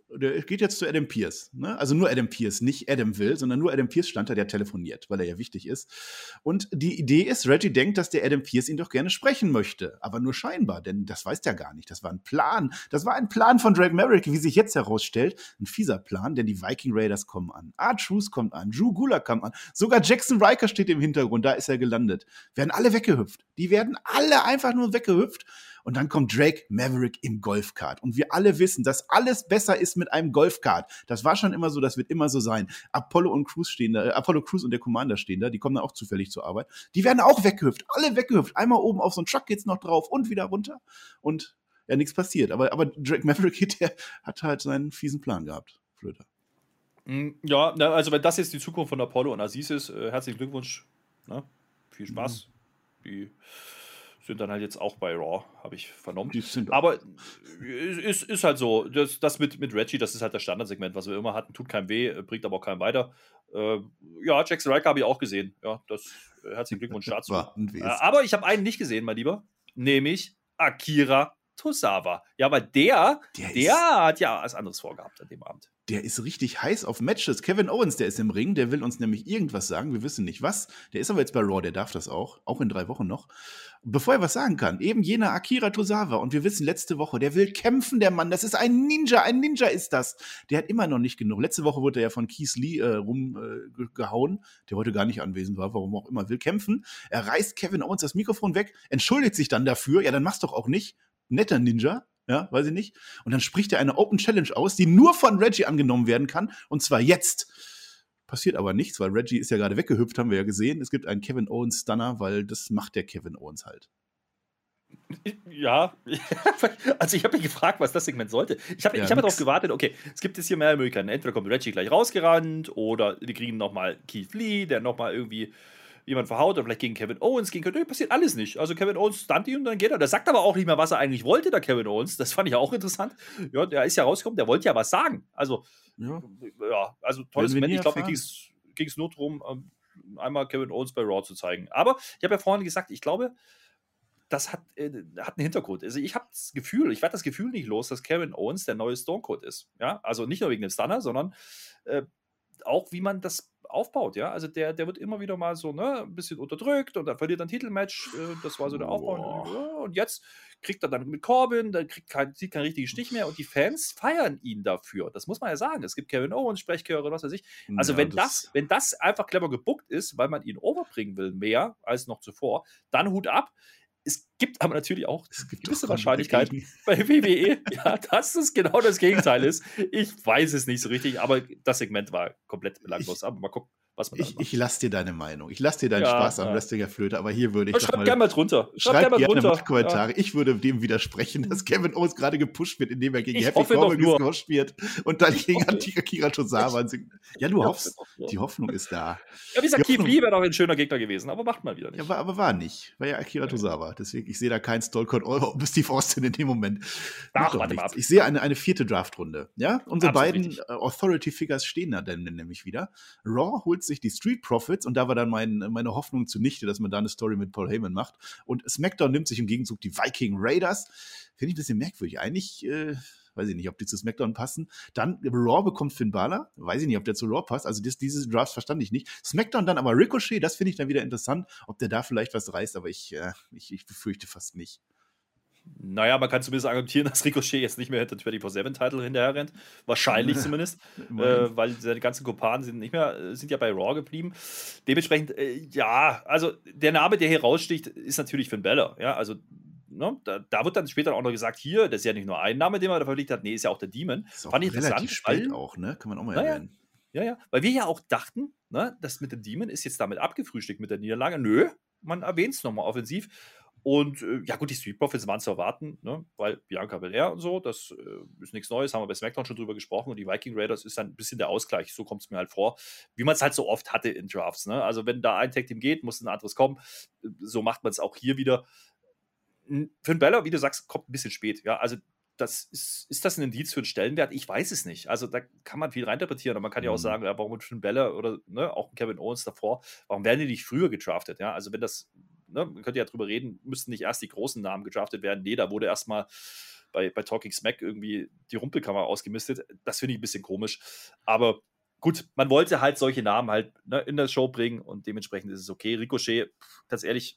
der geht jetzt zu Adam Pearce. Ne? Also nur Adam Pearce, nicht Adam Will, sondern nur Adam Pearce stand da, der telefoniert, weil er ja wichtig ist. Und die Idee ist, Reggie denkt, dass der Adam Pearce ihn doch gerne sprechen möchte. Aber nur scheinbar, denn das weiß der gar nicht. Das war ein Plan. Das war ein Plan von Drake Maverick, wie sich jetzt herausstellt. Ein fieser Plan, denn die Viking Raiders kommen an. R-Truth kommt an. Drew Gulak kommt an. Sogar Jackson Riker steht im Hintergrund. Da ist er gelandet. Werden alle weggehüpft. Die werden alle einfach nur weggehüpft. Und dann kommt Drake Maverick im Golfkart. Und wir alle wissen, dass alles besser ist mit einem Golfkart. Das war schon immer so, das wird immer so sein. Apollo und Crews stehen da, äh, Apollo Crews und der Commander stehen da, die kommen dann auch zufällig zur Arbeit. Die werden auch weggehüpft, alle weggehüpft. Einmal oben auf so einen Truck geht's noch drauf und wieder runter. Und ja, nichts passiert. Aber, aber Drake Maverick, der hat halt seinen fiesen Plan gehabt, Flöter. Ja, also wenn das jetzt die Zukunft von Apollo und Aziz ist, äh, herzlichen Glückwunsch. Ne? Viel Spaß. Mhm. Die sind dann halt jetzt auch bei Raw, habe ich vernommen. Aber es ist, ist halt so, das, das mit, mit Reggie, das ist halt das Standardsegment, was wir immer hatten, tut keinem weh, bringt aber auch keinem weiter. Äh, ja, Jackson Riker habe ich auch gesehen. Ja, das, äh, herzlichen Glückwunsch dazu. Äh, aber ich habe einen nicht gesehen, mein Lieber, nämlich Akira Tozawa. Ja, weil der, der, der hat ja was anderes vorgehabt an dem Abend. Der ist richtig heiß auf Matches. Kevin Owens, der ist im Ring, der will uns nämlich irgendwas sagen. Wir wissen nicht was. Der ist aber jetzt bei Raw, der darf das auch. Auch in drei Wochen noch. Bevor er was sagen kann, eben jener Akira Tozawa. Und wir wissen letzte Woche, der will kämpfen, der Mann. Das ist ein Ninja. Ein Ninja ist das. Der hat immer noch nicht genug. Letzte Woche wurde er ja von Keith Lee äh, rumgehauen. Äh, der heute gar nicht anwesend war, warum auch immer. Will kämpfen. Er reißt Kevin Owens das Mikrofon weg, entschuldigt sich dann dafür. Ja, dann mach's doch auch nicht. Netter Ninja. Ja, weiß ich nicht. Und dann spricht er eine Open Challenge aus, die nur von Reggie angenommen werden kann. Und zwar jetzt. Passiert aber nichts, weil Reggie ist ja gerade weggehüpft, haben wir ja gesehen. Es gibt einen Kevin Owens Stunner, weil das macht der Kevin Owens halt. Ja, also ich habe mich gefragt, was das Segment sollte. Ich habe ja, ich hab darauf gewartet, okay, es gibt jetzt hier mehr Möglichkeiten. Entweder kommt Reggie gleich rausgerannt oder wir kriegen nochmal Keith Lee, der nochmal irgendwie jemand verhaut oder vielleicht gegen Kevin Owens gehen könnte. Passiert alles nicht. Also Kevin Owens stunt ihn und dann geht er. Der sagt aber auch nicht mehr, was er eigentlich wollte, der Kevin Owens. Das fand ich auch interessant. Ja, der ist ja rausgekommen, der wollte ja was sagen. Also, ja, ja also tolles Moment. Ich glaube, mir ging es nur darum, einmal Kevin Owens bei Raw zu zeigen. Aber ich habe ja vorhin gesagt, ich glaube, das hat, äh, hat einen Hintergrund. Also ich habe das Gefühl, ich werde das Gefühl nicht los, dass Kevin Owens der neue Stone Cold ist. Ja, also nicht nur wegen dem Stunner, sondern äh, auch wie man das aufbaut, ja, also der, der wird immer wieder mal so, ne, ein bisschen unterdrückt und dann verliert er ein Titelmatch, äh, das war so der Aufbau oh. und jetzt kriegt er dann mit Corbin, dann kriegt kein, sieht keinen richtigen Stich mehr und die Fans feiern ihn dafür, das muss man ja sagen, es gibt Kevin Owens, Sprechchöre, was weiß ich, also ja, wenn das, das, wenn das einfach clever gebuckt ist, weil man ihn overbringen will, mehr als noch zuvor, dann Hut ab. Es gibt aber natürlich auch gewisse Wahrscheinlichkeiten bei W W E, ja, dass es genau das Gegenteil ist. Ich weiß es nicht so richtig, aber das Segment war komplett belanglos. Aber mal gucken, was man da Ich, ich lasse dir deine Meinung. Ich lasse dir deinen ja, Spaß ja. am Wrestlinger Flöte, aber hier würde ich aber schreib gerne mal drunter. Schreib, schreib gerne mal Kommentare. Ja. Ich würde dem widersprechen, dass Kevin Owens gerade gepusht wird, indem er gegen ich Happy Corbin gesquasht wird und dann ich gegen Akira Tozawa. Ja, du hoffst. Die Hoffnung ist da. Ja, wie gesagt, Keith Lee wäre doch ein schöner Gegner gewesen, aber macht mal wieder nicht. Ja, aber, aber war nicht. War ja Akira Tozawa. Deswegen, ich sehe da keinen Stone Cold oder Steve Austin in dem Moment. Ach, warte mal ab. Ich sehe eine, eine vierte Draftrunde. Ja? Unsere Absolut beiden äh, Authority-Figures stehen da dann nämlich wieder. Raw holt sich die Street Profits und da war dann mein, meine Hoffnung zunichte, dass man da eine Story mit Paul Heyman macht. Und SmackDown nimmt sich im Gegenzug die Viking Raiders. Finde ich ein bisschen merkwürdig. Eigentlich, äh, weiß ich nicht, ob die zu SmackDown passen. Dann Raw bekommt Finn Balor. Weiß ich nicht, ob der zu Raw passt. Also das, diese Drafts verstand ich nicht. SmackDown dann aber Ricochet. Das finde ich dann wieder interessant, ob der da vielleicht was reißt. Aber ich, äh, ich, ich befürchte fast nicht. Naja, man kann zumindest argumentieren, dass Ricochet jetzt nicht mehr hinter vierundzwanzig sieben Title hinterher rennt. Wahrscheinlich zumindest. äh, weil seine ganzen Kumpanen sind nicht mehr, sind ja bei Raw geblieben. Dementsprechend, äh, ja, also der Name, der hier raussticht, ist natürlich Finn Balor. Ja, also ne, da, da wird dann später auch noch gesagt, hier, das ist ja nicht nur ein Name, den man da verlegt hat, nee, ist ja auch der Demon. Ist auch Fand ich relativ spät weil, auch, ne? Kann man auch mal naja, erwähnen. Ja, ja, weil wir ja auch dachten, ne, das mit dem Demon ist jetzt damit abgefrühstückt mit der Niederlage. Nö, man erwähnt es nochmal offensiv. Und äh, ja gut, die Street Profits waren zu erwarten, ne? Weil Bianca Belair und so, das äh, ist nichts Neues, haben wir bei SmackDown schon drüber gesprochen und die Viking Raiders ist dann ein bisschen der Ausgleich, so kommt es mir halt vor, wie man es halt so oft hatte in Drafts, ne? Also wenn da ein Tag-Team geht, muss ein anderes kommen, so macht man es auch hier wieder. Finn Balor, wie du sagst, kommt ein bisschen spät, ja, also das ist, ist das ein Indiz für einen Stellenwert? Ich weiß es nicht. Also da kann man viel reininterpretieren, aber man kann ja auch sagen, ja, warum Finn Balor oder ne, auch Kevin Owens davor, warum werden die nicht früher gedraftet, ja, also wenn das Ne, man könnte ja drüber reden, müssten nicht erst die großen Namen gedraftet werden. Nee, da wurde erstmal bei, bei Talking Smack irgendwie die Rumpelkammer ausgemistet. Das finde ich ein bisschen komisch. Aber gut, man wollte halt solche Namen halt ne, in der Show bringen und dementsprechend ist es okay. Ricochet, ganz ehrlich,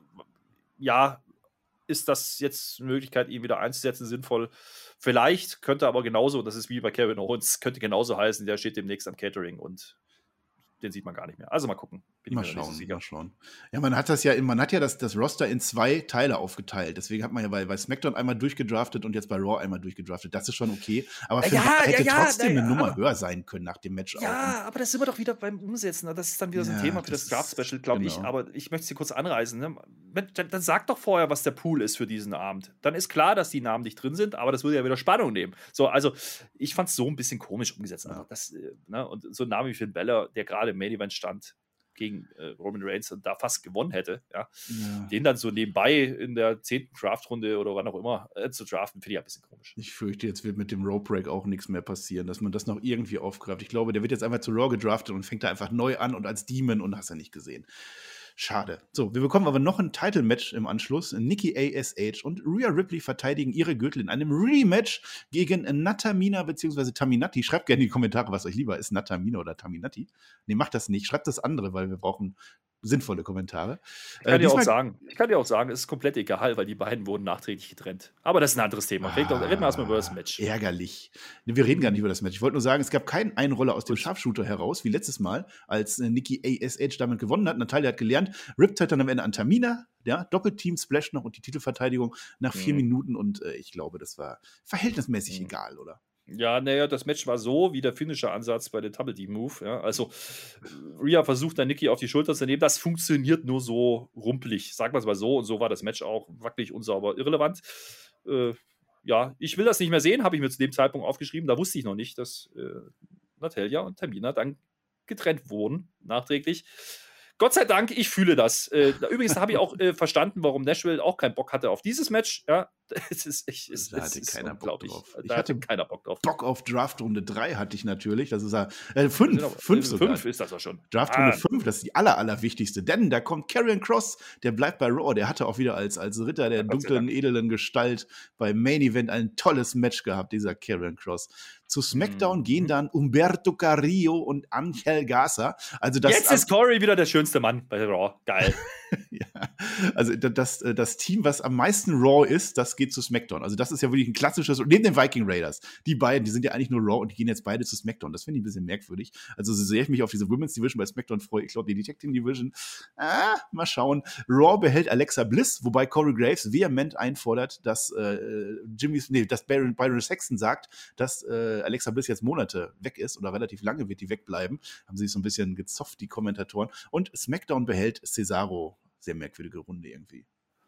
ja, ist das jetzt eine Möglichkeit, ihn wieder einzusetzen, sinnvoll? Vielleicht, könnte aber genauso, das ist wie bei Kevin Owens, könnte genauso heißen, der steht demnächst am Catering und den sieht man gar nicht mehr. Also mal gucken. Bin mal ich mir schauen, nicht so mal schauen. Ja, man hat das ja, man hat ja das, das Roster in zwei Teile aufgeteilt. Deswegen hat man ja bei, bei SmackDown einmal durchgedraftet und jetzt bei Raw einmal durchgedraftet. Das ist schon okay. Aber für ja, Raw hätte ja, ja, trotzdem ja, eine Nummer aber, höher sein können nach dem Match. Ja, auch. Aber das sind wir doch wieder beim Umsetzen. Das ist dann wieder so ein ja, Thema für das, das Draft-Special, glaube genau. ich. Aber ich möchte es hier kurz anreißen. Ne? Dann, dann sag doch vorher, was der Pool ist für diesen Abend. Dann ist klar, dass die Namen nicht drin sind, aber das würde ja wieder Spannung nehmen. So, also ich fand es so ein bisschen komisch umgesetzt. Ja. Das, ne? Und so ein Name wie Finn Balor, der gerade im Main-Event stand, gegen äh, Roman Reigns und da fast gewonnen hätte, ja? Ja. Den dann so nebenbei in der zehnten Draftrunde oder wann auch immer äh, zu draften, finde ich ein bisschen komisch. Ich fürchte, jetzt wird mit dem Rope Break auch nichts mehr passieren, dass man das noch irgendwie aufgreift. Ich glaube, der wird jetzt einfach zu Raw gedraftet und fängt da einfach neu an und als Demon und hast ja nicht gesehen. Schade. So, wir bekommen aber noch ein Title-Match im Anschluss. Nikki A S H und Rhea Ripley verteidigen ihre Gürtel in einem Rematch gegen Natamina bzw. Taminati. Schreibt gerne in die Kommentare, was euch lieber ist, Natamina oder Taminati. Nee, macht das nicht. Schreibt das andere, weil wir brauchen sinnvolle Kommentare. Ich kann, äh, dir auch sagen, ich kann dir auch sagen, es ist komplett egal, weil die beiden wurden nachträglich getrennt. Aber das ist ein anderes Thema. Ah, reden wir erstmal über das Match. Ärgerlich. Wir reden gar nicht über das Match. Ich wollte nur sagen, es gab keinen Einroller aus dem Sharpshooter heraus, wie letztes Mal, als äh, Nikki A S H damit gewonnen hat. Natalia hat gelernt, Riptide dann am Ende an Tamina, ja, Doppelteam-Splash noch und die Titelverteidigung nach vier mhm. Minuten und äh, ich glaube, das war verhältnismäßig mhm. egal, oder? Ja, naja, das Match war so wie der Finisher-Ansatz bei der Double-D-Move. Ja? Also, Rhea versucht dann Nikki auf die Schulter zu nehmen. Das funktioniert nur so rumpelig. Sagen wir es mal so. Und so war das Match auch wackelig, unsauber, irrelevant. Äh, ja, ich will das nicht mehr sehen, habe ich mir zu dem Zeitpunkt aufgeschrieben. Da wusste ich noch nicht, dass äh, Natalia und Tamina dann getrennt wurden, nachträglich. Gott sei Dank, ich fühle das. Äh, übrigens habe ich auch äh, verstanden, warum Nashville auch keinen Bock hatte auf dieses Match. Ja, es ist, ich, es, da hatte es keiner ist Bock drauf. Da ich hatte keiner Bock drauf. Bock auf Draftrunde drei hatte ich natürlich. Das ist ja äh, fünf. Genau, fünf sogar. Fünf ist das auch schon. Draftrunde ah. fünf, das ist die aller, allerwichtigste. Denn da kommt Karrion Kross, der bleibt bei Raw. Der hatte auch wieder als, als Ritter der ja, dunklen, edlen Gestalt beim Main Event ein tolles Match gehabt, dieser Karrion Kross. Zu SmackDown mhm. gehen dann Umberto Carrillo und Angel Garza. Also das Jetzt ist Corey wieder der schönste Mann bei Raw. Geil. ja, also das, das Team, was am meisten Raw ist, das geht zu SmackDown. Also das ist ja wirklich ein klassisches, neben den Viking Raiders. Die beiden, die sind ja eigentlich nur Raw und die gehen jetzt beide zu SmackDown. Das finde ich ein bisschen merkwürdig. Also so sehr ich mich auf diese Women's Division bei SmackDown freue, ich glaube, die Detecting Division, ah, mal schauen. Raw behält Alexa Bliss, wobei Corey Graves vehement einfordert, dass äh, Jimmy's, nee, dass Byron, Byron Saxton sagt, dass äh, Alexa Bliss jetzt Monate weg ist oder relativ lange wird die wegbleiben. Haben sie sich so ein bisschen gezofft, die Kommentatoren. Und SmackDown behält Cesaro. Sehr merkwürdige Runde irgendwie.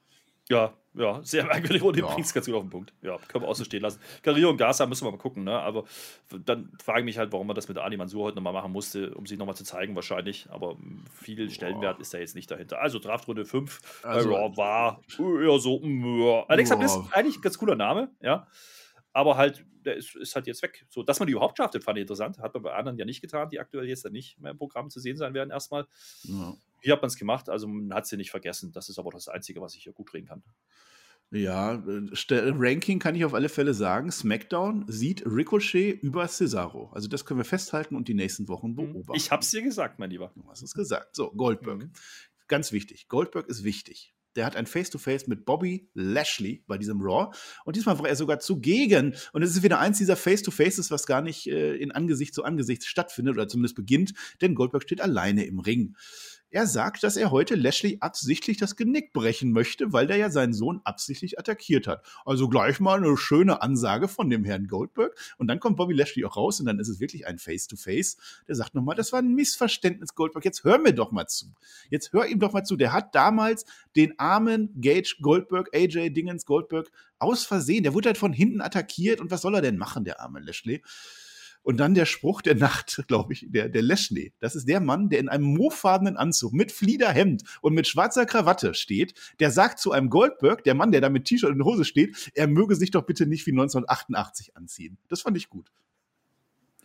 Ja, ja, sehr merkwürdige Runde. Ja. Bringt es ganz gut auf den Punkt. Ja, können wir auch so stehen lassen. Carrillo und Garza müssen wir mal gucken, ne? Aber dann frage ich mich halt, warum man das mit Ali Mansur heute nochmal machen musste, um sich nochmal zu zeigen, wahrscheinlich. Aber viel Stellenwert Boah. ist da jetzt nicht dahinter. Also Draftrunde fünf also, bei Raw war eher so. Ja. Alexa Bliss ist eigentlich ein ganz cooler Name, ja. Aber halt, der ist, ist halt jetzt weg. So, dass man die überhaupt draftet, fand ich interessant. Hat man bei anderen ja nicht getan, die aktuell jetzt dann nicht mehr im Programm zu sehen sein werden, erstmal. Ja. Hier hat man es gemacht, also man hat sie nicht vergessen. Das ist aber das Einzige, was ich hier gut reden kann. Ja, Ranking kann ich auf alle Fälle sagen. SmackDown sieht Ricochet über Cesaro. Also das können wir festhalten und die nächsten Wochen beobachten. Ich hab's dir gesagt, mein Lieber. Du hast es gesagt. So, Goldberg. Mhm. Ganz wichtig. Goldberg ist wichtig. Der hat ein Face-to-Face mit Bobby Lashley bei diesem Raw. Und diesmal war er sogar zugegen. Und es ist wieder eins dieser Face-to-Faces, was gar nicht äh, in Angesicht zu Angesicht stattfindet oder zumindest beginnt. Denn Goldberg steht alleine im Ring. Er sagt, dass er heute Lashley absichtlich das Genick brechen möchte, weil der ja seinen Sohn absichtlich attackiert hat. Also gleich mal eine schöne Ansage von dem Herrn Goldberg. Und dann kommt Bobby Lashley auch raus und dann ist es wirklich ein Face-to-Face. Der sagt nochmal, das war ein Missverständnis, Goldberg. Jetzt hör mir doch mal zu. Jetzt hör ihm doch mal zu. Der hat damals den armen Gage Goldberg, A J Dingens Goldberg, aus Versehen. Der wurde halt von hinten attackiert. Und was soll er denn machen, der arme Lashley? Und dann der Spruch der Nacht, glaube ich, der, der Lashley. Das ist der Mann, der in einem moosfarbenen Anzug mit Fliederhemd und mit schwarzer Krawatte steht. Der sagt zu einem Goldberg, der Mann, der da mit T-Shirt und Hose steht, er möge sich doch bitte nicht wie neunzehnhundertachtundachtzig anziehen. Das fand ich gut.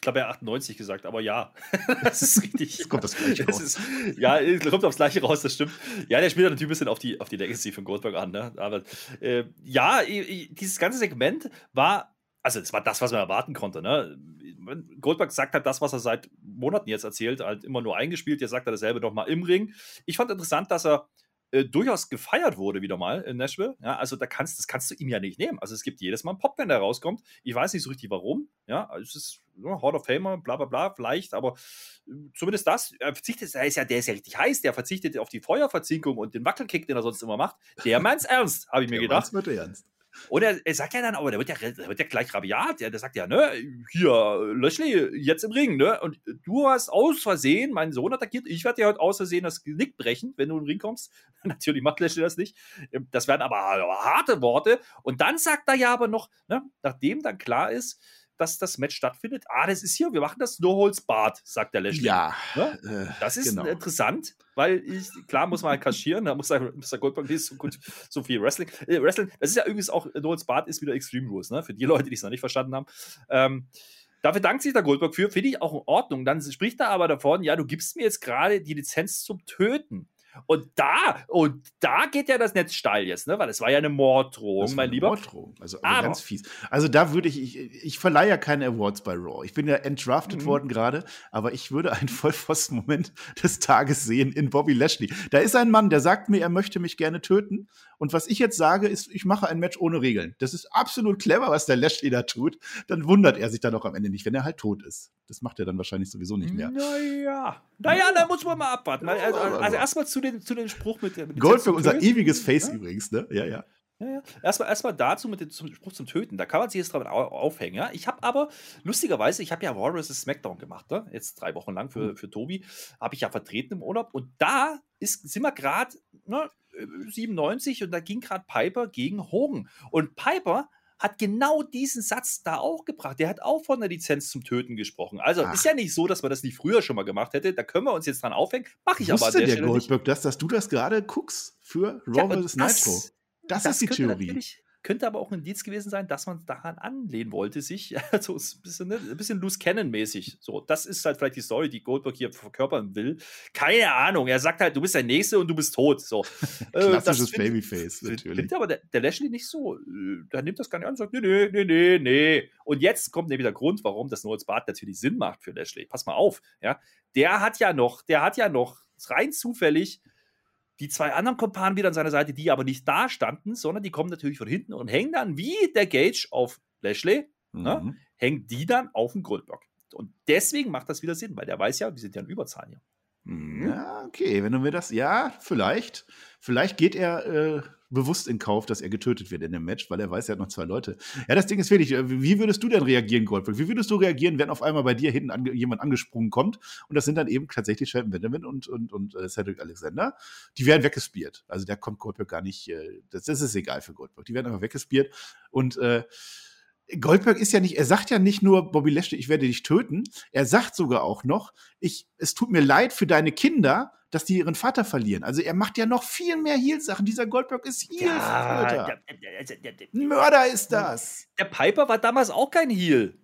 glaube, er hat achtundneunzig gesagt, aber ja, das ist richtig. Es kommt das Gleiche Es raus. ist, ja, es kommt aufs Gleiche raus, das stimmt. Ja, der spielt natürlich ein bisschen auf die, auf die Legacy von Goldberg an, ne? Aber äh, ja, i- i- dieses ganze Segment war, also es war das, was man erwarten konnte, ne? Goldberg sagt halt das, was er seit Monaten jetzt erzählt, halt immer nur eingespielt, jetzt sagt er dasselbe nochmal im Ring. Ich fand interessant, dass er äh, durchaus gefeiert wurde wieder mal in Nashville. Ja, also da kannst, das kannst du ihm ja nicht nehmen. Also es gibt jedes Mal einen Pop, wenn der rauskommt. Ich weiß nicht so richtig warum. Ja, also es ist ja, Hall of Famer, bla bla bla, vielleicht, aber äh, zumindest das. Er verzichtet, er ist ja, der ist ja richtig heiß, der verzichtet auf die Feuerverzinkung und den Wackelkick, den er sonst immer macht. Der meint's ernst, habe ich mir Der gedacht. meint's mit ernst. Und er, er sagt ja dann, aber der wird ja, der wird ja gleich rabiat. Der, der sagt ja, ne, hier, Lashley, jetzt im Ring, ne? Und du hast aus Versehen meinen Sohn attackiert. Ich werde dir heute aus Versehen das Genick brechen, wenn du im Ring kommst. Natürlich macht Lashley das nicht. Das werden aber harte Worte. Und dann sagt er ja aber noch, ne, nachdem dann klar ist, dass das Match stattfindet, ah, das ist hier, wir machen das No Holds Barred, sagt der Lashley. Ja, Ne? äh, Das ist genau. interessant, weil ich, klar muss man halt kaschieren, da muss der, muss der Goldberg nicht so gut, so viel Wrestling. Äh, Wrestling, das ist ja übrigens auch, No Holds Barred ist wieder Extreme Rules, ne? Für die Leute, die es noch nicht verstanden haben. Ähm, dafür dankt sich der Goldberg für, finde ich auch in Ordnung. Dann spricht er aber davon, ja, du gibst mir jetzt gerade die Lizenz zum Töten. Und da, und da geht ja das Netz steil jetzt, ne? Weil es war ja eine Morddrohung, Das war mein eine Lieber. Morddrohung. Also, also Aber- ganz fies. Also da würde ich, ich, ich verleihe ja keine Awards bei Raw. Ich bin ja entdraftet Mhm. worden gerade, aber ich würde einen Vollpfosten-Moment des Tages sehen in Bobby Lashley. Da ist ein Mann, der sagt mir, er möchte mich gerne töten. Und was ich jetzt sage, ist, ich mache ein Match ohne Regeln. Das ist absolut clever, was der Lashley da tut. Dann wundert er sich dann auch am Ende nicht, wenn er halt tot ist. Das macht er dann wahrscheinlich sowieso nicht mehr. Naja, naja, da muss man mal abwarten. Also, also, aber- also erstmal zu, den, zu dem Spruch mit der mit dem Goldberg, Sex zum unser Töten. ewiges Face Ja. übrigens, ne? Ja, ja. Ja, ja. Erstmal, erstmal dazu mit dem zum Spruch zum Töten. Da kann man sich jetzt dran au- aufhängen. Ja? Ich habe aber, lustigerweise, ich habe ja Raw versus. SmackDown gemacht, ne? Jetzt drei Wochen lang für, für Tobi. Habe ich ja vertreten im Urlaub. Und da ist, sind wir gerade ne, siebenundneunzig und da ging gerade Piper gegen Hogan. Und Piper hat genau diesen Satz da auch gebracht. Der hat auch von der Lizenz zum Töten gesprochen. Also Ach. ist ja nicht so, dass man das nicht früher schon mal gemacht hätte. Da können wir uns jetzt dran aufhängen. Mache ich aber an Wusste der der Stelle nicht. Goldberg das, dass du das gerade guckst für Raw Ja, und versus. Nitro? Das, ist die könnte Theorie. natürlich- Könnte aber auch ein Indiz gewesen sein, dass man daran anlehnen wollte, sich so ein bisschen, ne, ein bisschen Loose Cannon-mäßig. So, das ist halt vielleicht die Story, die Goldberg hier verkörpern will. Keine Ahnung. Er sagt halt, du bist der Nächste und du bist tot. So. Äh, Klassisches find- Babyface, find- natürlich. Findet aber der, der Lashley nicht so. Äh, Der nimmt das gar nicht an und sagt, nee, nee, nee, nee, nee. Und jetzt kommt nämlich der Grund, warum das No Holds Barred natürlich Sinn macht für Lashley. Pass mal auf. Ja? Der hat ja noch, der hat ja noch rein zufällig die zwei anderen Kumpanen wieder an seiner Seite, die aber nicht da standen, sondern die kommen natürlich von hinten und hängen dann wie der Gage auf Lashley, ne? Mhm. Hängen die dann auf den Goldberg. Und deswegen macht das wieder Sinn, weil der weiß ja, wir sind ja in Überzahl hier. Mhm. Ja, okay, wenn du mir das, ja, vielleicht. Vielleicht geht er äh, bewusst in Kauf, dass er getötet wird in dem Match, weil er weiß, er hat noch zwei Leute. Ja, das Ding ist wirklich, äh, wie würdest du denn reagieren, Goldberg? Wie würdest du reagieren, wenn auf einmal bei dir hinten ange jemand angesprungen kommt? Und das sind dann eben tatsächlich Shelton Benjamin und, und, und äh, Cedric Alexander. Die werden weggespiert. Also da kommt Goldberg gar nicht, äh, das, das ist egal für Goldberg. Die werden einfach weggespiert. Und äh, Goldberg ist ja nicht, er sagt ja nicht nur, Bobby Lashley, ich werde dich töten. Er sagt sogar auch noch, ich, es tut mir leid für deine Kinder, dass die ihren Vater verlieren. Also er macht ja noch viel mehr Heel-Sachen. Dieser Goldberg ist Heel. der, der, der, der, Mörder ist das. der Piper war damals auch kein Heel.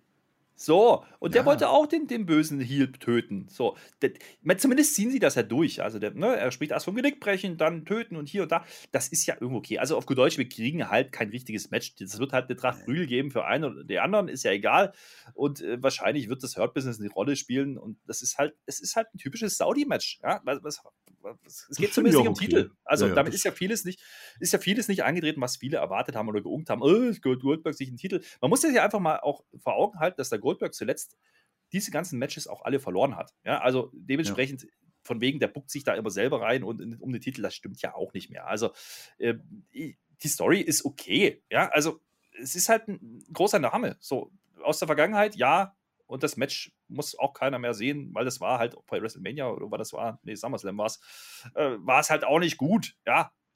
So, und der Ja. wollte auch den, den bösen Heel töten. So, der, ich meine, zumindest ziehen sie das ja durch. Also, der, ne, er spricht erst vom Genickbrechen, dann töten und hier und da. Das ist ja irgendwo okay. Also, auf gut Deutsch, wir kriegen halt kein richtiges Match. Es wird halt eine Tracht Prügel geben für einen oder den anderen, ist ja egal. Und äh, wahrscheinlich wird das Hurt-Business eine Rolle spielen. Und das ist halt, es ist halt ein typisches Saudi-Match. Ja? Was, was, was, es geht Das zumindest finde nicht um ich auch okay. Titel. Also, Ja, ja, damit das- ist ja vieles nicht, ist ja vieles nicht angetreten, was viele erwartet haben oder geunkt haben. Oh, Goldberg sich einen Titel. Man muss das ja einfach mal auch vor Augen halten, dass der Goldberg zuletzt diese ganzen Matches auch alle verloren hat. Ja, also dementsprechend, von wegen, der buckt sich da immer selber rein und in, um den Titel, das stimmt ja auch nicht mehr. Also äh, die Story ist okay. Ja, also es ist halt ein großer Name. So aus der Vergangenheit, ja. Und das Match muss auch keiner mehr sehen, weil das war halt bei WrestleMania oder was das war, nee, SummerSlam war es, äh, war es halt auch nicht gut. Ja,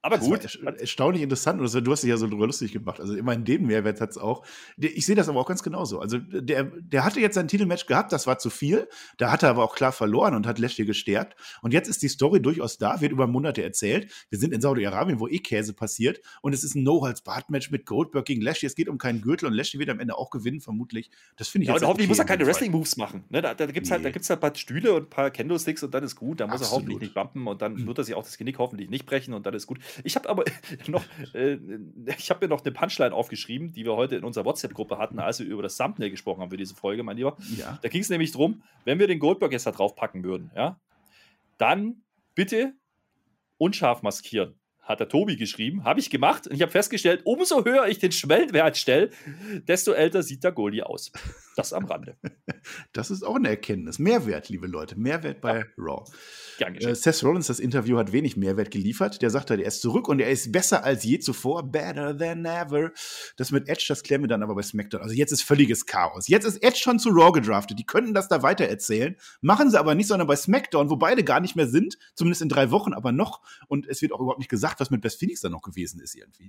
Aber das gut. war ersta- erstaunlich interessant und das, du hast dich ja so drüber lustig gemacht. Also immerhin den Mehrwert hat es auch. Der- Ich sehe das aber auch ganz genauso. Also der, der hatte jetzt sein Titelmatch gehabt, das war zu viel. Da hat er aber auch klar verloren und hat Lashley gestärkt. Und jetzt ist die Story durchaus da, wird über Monate erzählt. Wir sind in Saudi-Arabien, wo eh Käse passiert. Und es ist ein No-Holds-Barred-Match mit Goldberg gegen Lashley. Es geht um keinen Gürtel und Lashley wird am Ende auch gewinnen, vermutlich. Das finde ich Ja, jetzt und hoffentlich okay muss er in keine dem Fall. Wrestling-Moves machen. Ne? Da, da gibt es halt, da Nee. gibt's halt ein paar Stühle und ein paar Kendo-Sticks und dann ist gut. Da muss er Absolut. hoffentlich nicht bumpen und dann Mhm. wird er sich auch das Genick hoffentlich nicht brechen und dann ist gut. Ich habe aber noch, äh, ich habe mir noch eine Punchline aufgeschrieben, die wir heute in unserer WhatsApp-Gruppe hatten, als wir über das Thumbnail gesprochen haben für diese Folge, mein Lieber. Ja. Da ging es nämlich drum, wenn wir den Goldberg jetzt da drauf packen würden, ja, dann bitte unscharf maskieren. Hat der Tobi geschrieben, habe ich gemacht und ich habe festgestellt, umso höher ich den Schwellenwert stelle, desto älter sieht der Goalie aus. Das am Rande. Das ist auch eine Erkenntnis. Mehrwert, liebe Leute. Mehrwert bei Ja. Raw. Gern geschehen. Äh, Seth Rollins, das Interview hat wenig Mehrwert geliefert. Der sagt halt, er ist zurück und er ist besser als je zuvor. Better than ever. Das mit Edge, das klären wir dann aber bei SmackDown. Also jetzt ist völliges Chaos. Jetzt ist Edge schon zu Raw gedraftet. Die könnten das da weiter erzählen. Machen sie aber nicht, sondern bei SmackDown, wo beide gar nicht mehr sind. Zumindest in drei Wochen, aber noch. Und es wird auch überhaupt nicht gesagt, was mit Beth Phoenix dann noch gewesen ist irgendwie.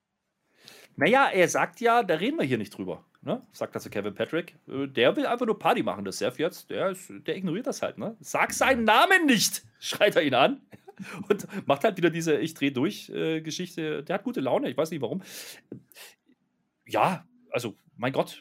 Naja, er sagt ja, da reden wir hier nicht drüber. Ne? Sagt also Kevin Patrick. Äh, Der will einfach nur Party machen, das Seth jetzt. Der, ist, der ignoriert das halt. Ne? Sag seinen Namen nicht, schreit er ihn an. Und macht halt wieder diese Ich dreh durch äh, Geschichte. Der hat gute Laune, ich weiß nicht warum. Ja, also, mein Gott.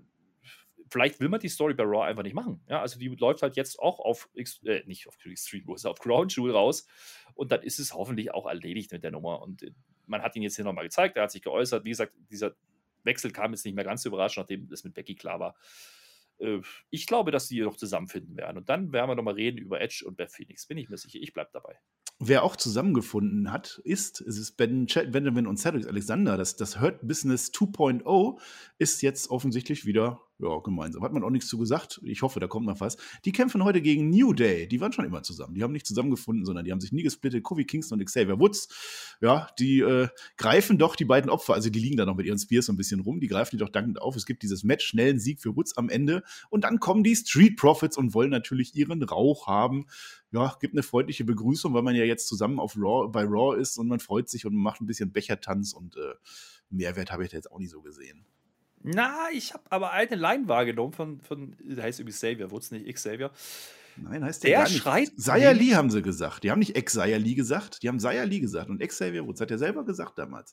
Vielleicht will man die Story bei Raw einfach nicht machen. Ja, also die läuft halt jetzt auch auf, X, äh, nicht auf Extreme Rules, auf Crown Jewel raus. Und dann ist es hoffentlich auch erledigt mit der Nummer. Und äh, man hat ihn jetzt hier nochmal gezeigt, er hat sich geäußert. Wie gesagt, dieser Wechsel kam jetzt nicht mehr ganz so überraschend, nachdem das mit Becky klar war. Äh, ich glaube, dass die noch zusammenfinden werden. Und dann werden wir nochmal reden über Edge und Beth Phoenix. Bin ich mir sicher, ich bleibe dabei. Wer auch zusammengefunden hat, ist, es ist Ben, Benjamin und Cedric Alexander. Das, das Hurt Business zwei Punkt null ist jetzt offensichtlich wieder ja, gemeinsam. Hat man auch nichts zu gesagt. Ich hoffe, da kommt noch was. Die kämpfen heute gegen New Day. Die waren schon immer zusammen. Die haben nicht zusammengefunden, sondern die haben sich nie gesplittet. Kofi Kingston und Xavier Woods, ja, die äh, greifen doch die beiden Opfer. Also die liegen da noch mit ihren Spears so ein bisschen rum. Die greifen die doch dankend auf. Es gibt dieses Match, schnellen Sieg für Woods am Ende. Und dann kommen die Street Profits und wollen natürlich ihren Rauch haben. Ja, gibt eine freundliche Begrüßung, weil man ja jetzt zusammen auf Raw, bei Raw ist und man freut sich und man macht ein bisschen Bechertanz und äh, Mehrwert habe ich da jetzt auch nicht so gesehen. Na, ich habe aber eine Line wahrgenommen von, von der heißt irgendwie Xavier Woods, nicht Xavier. Nein, heißt der, Der gar nicht. schreit- Zaya Lee haben sie gesagt. Die haben nicht Ex-Zaya Lee gesagt, die haben Zaya Lee gesagt. Und Ex-Xavier Woods hat er selber gesagt damals.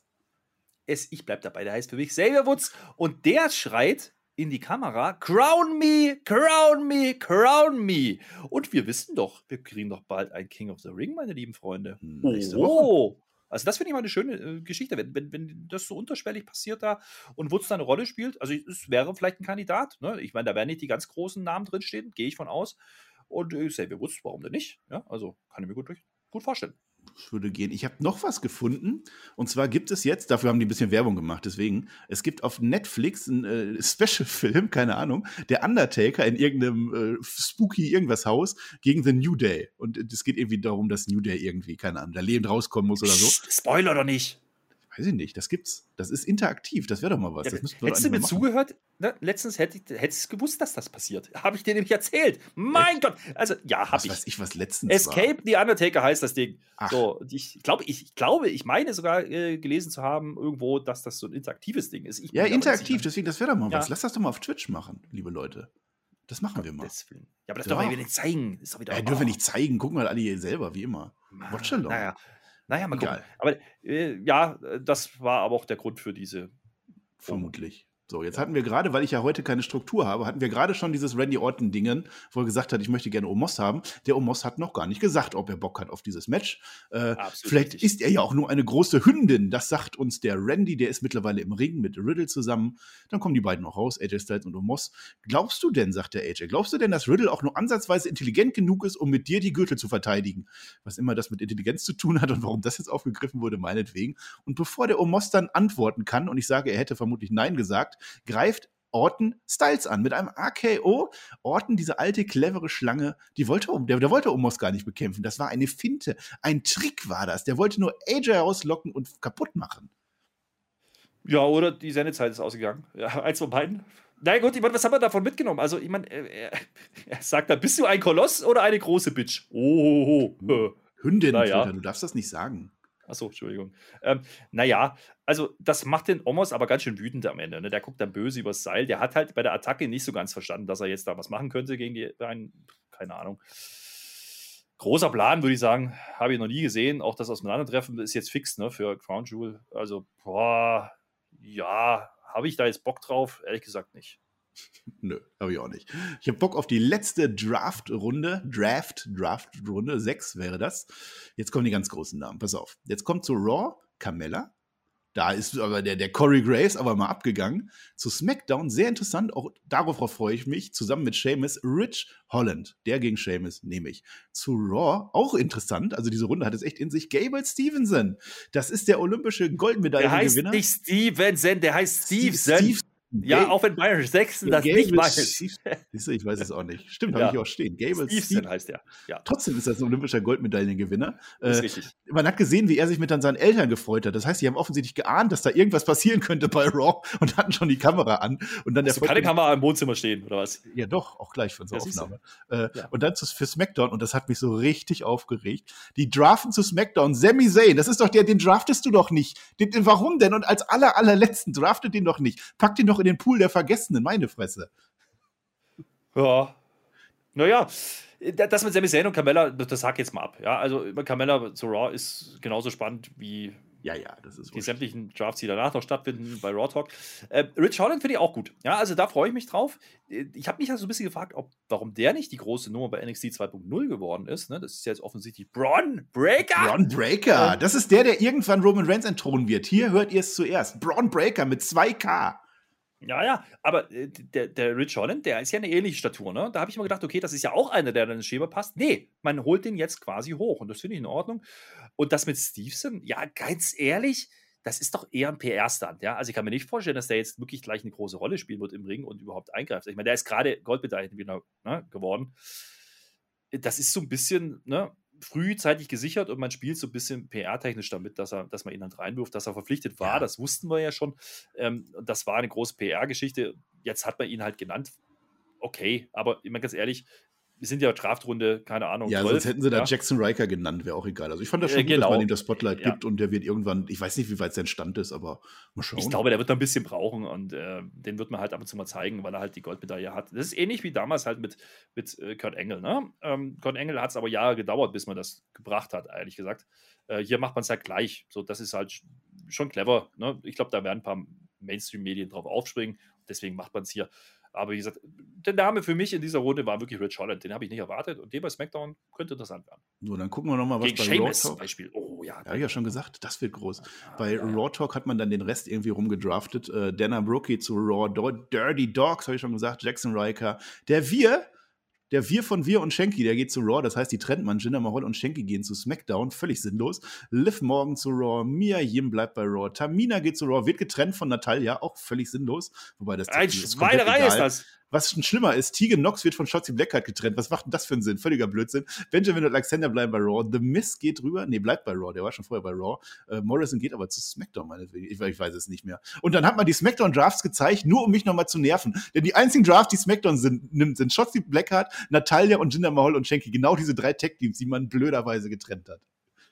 Es, ich bleib dabei, der heißt für mich Xavier Woods und der schreit in die Kamera, crown me, crown me, crown me. Und wir wissen doch, wir kriegen doch bald ein King of the Ring, meine lieben Freunde. Nächste Oh, also das finde ich mal eine schöne äh, Geschichte, wenn, wenn, wenn das so unterschwellig passiert da und Woods da eine Rolle spielt. Also es wäre vielleicht ein Kandidat. Ne? Ich meine, da werden nicht die ganz großen Namen drinstehen, gehe ich von aus. Und äh, Xavier Woods, warum denn nicht? Ja, also kann ich mir gut, durch, gut vorstellen. Das würde gehen. Ich habe noch was gefunden. Und zwar gibt es jetzt, dafür haben die ein bisschen Werbung gemacht, deswegen, es gibt auf Netflix einen äh, Special-Film, keine Ahnung, der Undertaker in irgendeinem äh, spooky irgendwas Haus gegen The New Day. Und es geht irgendwie darum, dass New Day irgendwie, keine Ahnung, da lebend rauskommen muss oder so. Psst, Spoiler doch nicht. Weiß ich nicht, das gibt's. Das ist interaktiv, das wäre doch mal was. Ja, Das müssten wir doch hättest du mir eigentlich mal machen. zugehört? Ne? Letztens hätte ich, hättest du gewusst, dass das passiert. Habe ich dir nämlich erzählt. Mein Gott. Also, ja, habe Was ich. weiß ich, was letztens Escape the Undertaker heißt das Ding. Ach. So, und ich glaube, ich, ich glaube, ich meine sogar äh, gelesen zu haben, irgendwo, dass das so ein interaktives Ding ist. Ich bin war. Ja, mir aber nicht interaktiv, sicher. deswegen, das wäre doch mal Ja. was. Lass das doch mal auf Twitch machen, liebe Leute. Das machen wir mal. Gottes Willen. Ja, aber das Ja. dürfen wir wieder nicht zeigen. Das ist doch wieder, Ja, dürfen wir nicht zeigen, gucken wir alle hier selber, wie immer. Watchalong. Naja, naja mal gucken. Egal. Aber äh, ja, das war aber auch der Grund für diese. Vermutlich. So, jetzt hatten wir gerade, weil ich ja heute keine Struktur habe, hatten wir gerade schon dieses Randy Orton-Dingen, wo er gesagt hat, ich möchte gerne Omos haben. Der Omos hat noch gar nicht gesagt, ob er Bock hat auf dieses Match. Äh, Absolut vielleicht richtig. ist er ja auch nur eine große Hündin. Das sagt uns der Randy, der ist mittlerweile im Ring mit Riddle zusammen. Dann kommen die beiden noch raus, A J Styles und Omos. Glaubst du denn, sagt der A J, glaubst du denn, dass Riddle auch nur ansatzweise intelligent genug ist, um mit dir die Gürtel zu verteidigen? Was immer das mit Intelligenz zu tun hat und warum das jetzt aufgegriffen wurde, meinetwegen. Und bevor der Omos dann antworten kann, und ich sage, er hätte vermutlich Nein gesagt, greift Orton Styles an mit einem R K O. Orton, diese alte, clevere Schlange, die wollte, der, der wollte Omos gar nicht bekämpfen. Das war eine Finte. Ein Trick war das. Der wollte nur A J rauslocken und kaputt machen. Ja, oder die Sendezeit ist ausgegangen. Ja, eins von beiden. Na ja, gut, ich meine, was haben wir davon mitgenommen? Also, ich meine, er, er sagt da, bist du ein Koloss oder eine große Bitch? Oh, oh, oh. Hündin, Naja. Twitter, du darfst das nicht sagen. Achso, Entschuldigung. Ähm, naja, also das macht den Omos aber ganz schön wütend am Ende. Ne? Der guckt dann böse übers Seil. Der hat halt bei der Attacke nicht so ganz verstanden, dass er jetzt da was machen könnte gegen die einen, keine Ahnung. Großer Plan, würde ich sagen, habe ich noch nie gesehen. Auch das Auseinandertreffen ist jetzt fix, ne, für Crown Jewel. Also, boah, ja, habe ich da jetzt Bock drauf? Ehrlich gesagt nicht. Nö, habe ich auch nicht. Ich habe Bock auf die letzte Draft-Runde. Draft, Draft-Runde, sechs wäre das. Jetzt kommen die ganz großen Namen. Pass auf. Jetzt kommt zu Raw Carmella. Da ist aber der, der Corey Graves aber mal abgegangen. Zu SmackDown, sehr interessant, auch darauf freue ich mich, zusammen mit Sheamus, Rich Holland. Der gegen Sheamus nehme ich. Zu Raw, auch interessant, also diese Runde hat es echt in sich, Gable Stevenson. Das ist der olympische Goldmedaillengewinner. Der heißt nicht Stevenson, der heißt Stevenson. Steve, ja, Gable, auch wenn Byron Sexton das Gable nicht weiß. Siehst du, ich weiß es auch nicht. Stimmt, Ja. habe ich auch stehen. Gable Stevenson Steve. heißt der. Ja, Trotzdem ist das ein olympischer Goldmedaillengewinner. ist Äh, richtig. Man hat gesehen, wie er sich mit dann seinen Eltern gefreut hat. Das heißt, die haben offensichtlich geahnt, dass da irgendwas passieren könnte bei Raw und hatten schon die Kamera an. Und dann Hast der du keine Kamera im Wohnzimmer stehen, oder was? Ja, doch, auch gleich für unsere Ja, siehst du. Aufnahme. Äh, Ja. Und dann zu, für SmackDown, und das hat mich so richtig aufgeregt. Die draften zu SmackDown Sami Zayn. Das ist doch der, den draftest du doch nicht. Den, den, warum denn? Und als aller, allerletzten draftet den doch nicht. Pack den doch in den Pool der Vergessenen, meine Fresse. Ja. Naja, das mit Sami Zayn und Carmella, das sag jetzt mal ab. Ja, also Carmella zu Raw ist genauso spannend wie Ja, ja, das ist die wurscht. sämtlichen Drafts, die danach noch stattfinden bei Raw Talk. Äh, Rich Holland finde ich auch gut. Ja, also da freue ich mich drauf. Äh, Ich habe mich ja so ein bisschen gefragt, ob, warum der nicht die große Nummer bei N X T zwei Punkt null geworden ist. Ne? Das ist ja jetzt offensichtlich Braun Breaker. Braun Breaker. Ähm. Das ist der, der irgendwann Roman Reigns entthronen wird. Hier hört ihr es zuerst. Braun Breaker mit zwei K. Ja, ja, aber äh, der, der Rich Holland, der ist ja eine ähnliche Statur, ne? Da habe ich mir gedacht, okay, das ist ja auch einer, der dann ins Schema passt. Nee, man holt den jetzt quasi hoch und das finde ich in Ordnung. Und das mit Stevenson, ja, ganz ehrlich, das ist doch eher ein P R-Stand, ja? Also ich kann mir nicht vorstellen, dass der jetzt wirklich gleich eine große Rolle spielen wird im Ring und überhaupt eingreift. Ich meine, der ist gerade Goldmedaillengewinner, ne, geworden. Das ist so ein bisschen, ne, frühzeitig gesichert und man spielt so ein bisschen P R-technisch damit, dass, er, dass man ihn dann reinwirft, dass er verpflichtet war. Ja. Das wussten wir ja schon. Ähm, das war eine große P R-Geschichte. Jetzt hat man ihn halt genannt. Okay, aber ich meine ganz ehrlich, wir sind ja Draftrunde, keine Ahnung, Ja, zwölf, sonst hätten sie da ja? Jackson Riker genannt, wäre auch egal. Also ich fand das schon Äh, gut, genau. dass man ihm das Spotlight Ja. gibt und der wird irgendwann, ich weiß nicht, wie weit sein Stand ist, aber mal schauen. Ich glaube, der wird noch ein bisschen brauchen und äh, den wird man halt ab und zu mal zeigen, weil er halt die Goldmedaille hat. Das ist ähnlich wie damals halt mit, mit äh, Kurt Angle. Ne? Ähm, Kurt Angle hat es aber Jahre gedauert, bis man das gebracht hat, ehrlich gesagt. Äh, hier macht man es halt gleich. So, das ist halt sch- schon clever. Ne? Ich glaube, da werden ein paar Mainstream-Medien drauf aufspringen. Deswegen macht man es hier. Aber wie gesagt, der Name für mich in dieser Runde war wirklich Rich Holland. Den habe ich nicht erwartet und den bei SmackDown könnte interessant werden. So, dann gucken wir nochmal, was Gegen bei Raw Sheamus zum Talk. Beispiel. Oh ja. Ja, hab ich ja schon gesagt, das wird groß. Bei ja, ja. Raw Talk hat man dann den Rest irgendwie rumgedraftet. Äh, Dana Brookie zu Raw, Do- Dirty Dogs, habe ich schon gesagt, Jackson Riker. Der Wir, der Wir von Wir und Shanky, der geht zu Raw. Das heißt, die trennt man. Jinder Mahal und Shanky gehen zu SmackDown. Völlig sinnlos. Liv Morgan zu Raw. Mia Yim bleibt bei Raw. Tamina geht zu Raw. Wird getrennt von Natalia. Auch völlig sinnlos. Wobei das Ein ist komplett Schweinerei ist egal. das. Was schon schlimmer ist, Tegan Nox wird von Shotzi Blackheart getrennt. Was macht denn das für einen Sinn? Völliger Blödsinn. Benjamin und Alexander bleiben bei Raw. The Miz geht rüber. Nee, bleibt bei Raw. Der war schon vorher bei Raw. Äh, Morrison geht aber zu SmackDown, meinetwegen. Ich, ich weiß es nicht mehr. Und dann hat man die SmackDown-Drafts gezeigt, nur um mich nochmal zu nerven. Denn die einzigen Drafts, die SmackDown sind, nimmt, sind Shotzi Blackheart, Natalia und Jinder Mahal und Shanky. Genau diese drei Tag-Teams, die man blöderweise getrennt hat.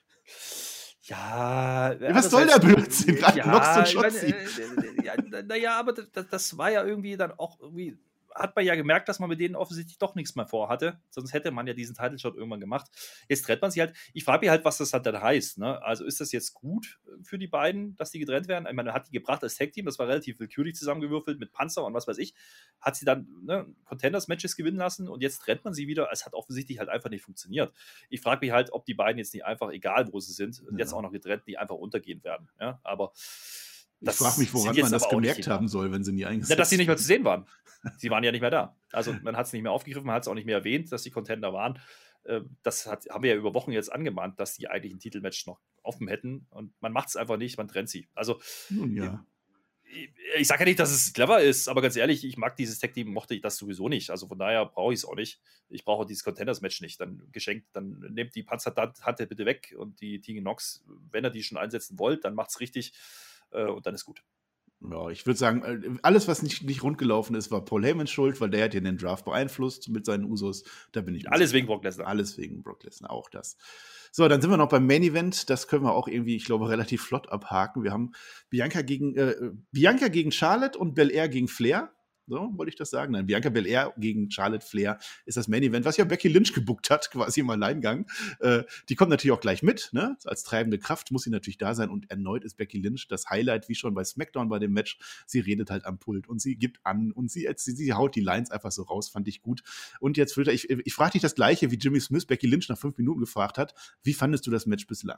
Ja, Ja, was soll der Blödsinn? Gerade Ja, Nox und ich meine, Shotzi. äh, äh, ja, naja, aber das, das war ja irgendwie dann auch irgendwie, hat man ja gemerkt, dass man mit denen offensichtlich doch nichts mehr vorhatte. Sonst hätte man ja diesen Title Shot irgendwann gemacht. Jetzt trennt man sich halt. Ich frage mich halt, was das halt dann heißt. Ne? Also ist das jetzt gut für die beiden, dass die getrennt werden? Ich meine, man hat die gebracht als Tag-Team, das war relativ willkürlich zusammengewürfelt mit Panzer und was weiß ich. Hat sie dann ne, Contenders-Matches gewinnen lassen und jetzt trennt man sie wieder. Es hat offensichtlich halt einfach nicht funktioniert. Ich frage mich halt, ob die beiden jetzt nicht einfach, egal wo sie sind, und jetzt Ja. auch noch getrennt, die einfach untergehen werden. Ja? Aber Ich frage mich, woran sind jetzt man das aber auch nicht gemerkt die- haben soll, wenn sie nie eingesetzt Ja, dass sie nicht mehr zu sehen waren. Sie waren ja nicht mehr da. Also man hat es nicht mehr aufgegriffen, man hat es auch nicht mehr erwähnt, dass die Contender waren. Äh, Das hat, haben wir ja über Wochen jetzt angemahnt, dass die eigentlich ein Titelmatch noch offen hätten. Und man macht es einfach nicht, man trennt sie. Also Nun ja. ich, ich sage ja nicht, dass es clever ist, aber ganz ehrlich, ich mag dieses Tag-Team, mochte ich das sowieso nicht. Also von daher brauche ich es auch nicht. Ich brauche dieses Contenders-Match nicht. Dann geschenkt, dann nehmt die Panzertante bitte weg und die Tegan Nox, wenn ihr die schon einsetzen wollt, dann macht es richtig äh, und dann ist gut. Ja, ich würde sagen, äh, alles, was nicht, nicht rund gelaufen ist, war Paul Heyman schuld, weil der hat ja den Draft beeinflusst mit seinen Usos. Da bin ich mir Alles sicher. wegen Brock Lesnar. Alles wegen Brock Lesnar, auch das. So, dann sind wir noch beim Main Event. Das können wir auch irgendwie, ich glaube, relativ flott abhaken. Wir haben Bianca gegen, äh, Bianca gegen Charlotte und Belair gegen Flair. So, wollte ich das sagen? Nein, Bianca Belair gegen Charlotte Flair ist das Main Event, was ja Becky Lynch gebuckt hat, quasi im Alleingang. Äh, die kommt natürlich auch gleich mit, ne? Als treibende Kraft muss sie natürlich da sein. Und erneut ist Becky Lynch das Highlight, wie schon bei SmackDown bei dem Match. Sie redet halt am Pult und sie gibt an und sie, sie, sie haut die Lines einfach so raus, fand ich gut. Und jetzt, Flöter, ich, ich frage dich das Gleiche, wie Jimmy Smith Becky Lynch nach fünf Minuten gefragt hat. Wie fandest du das Match bislang?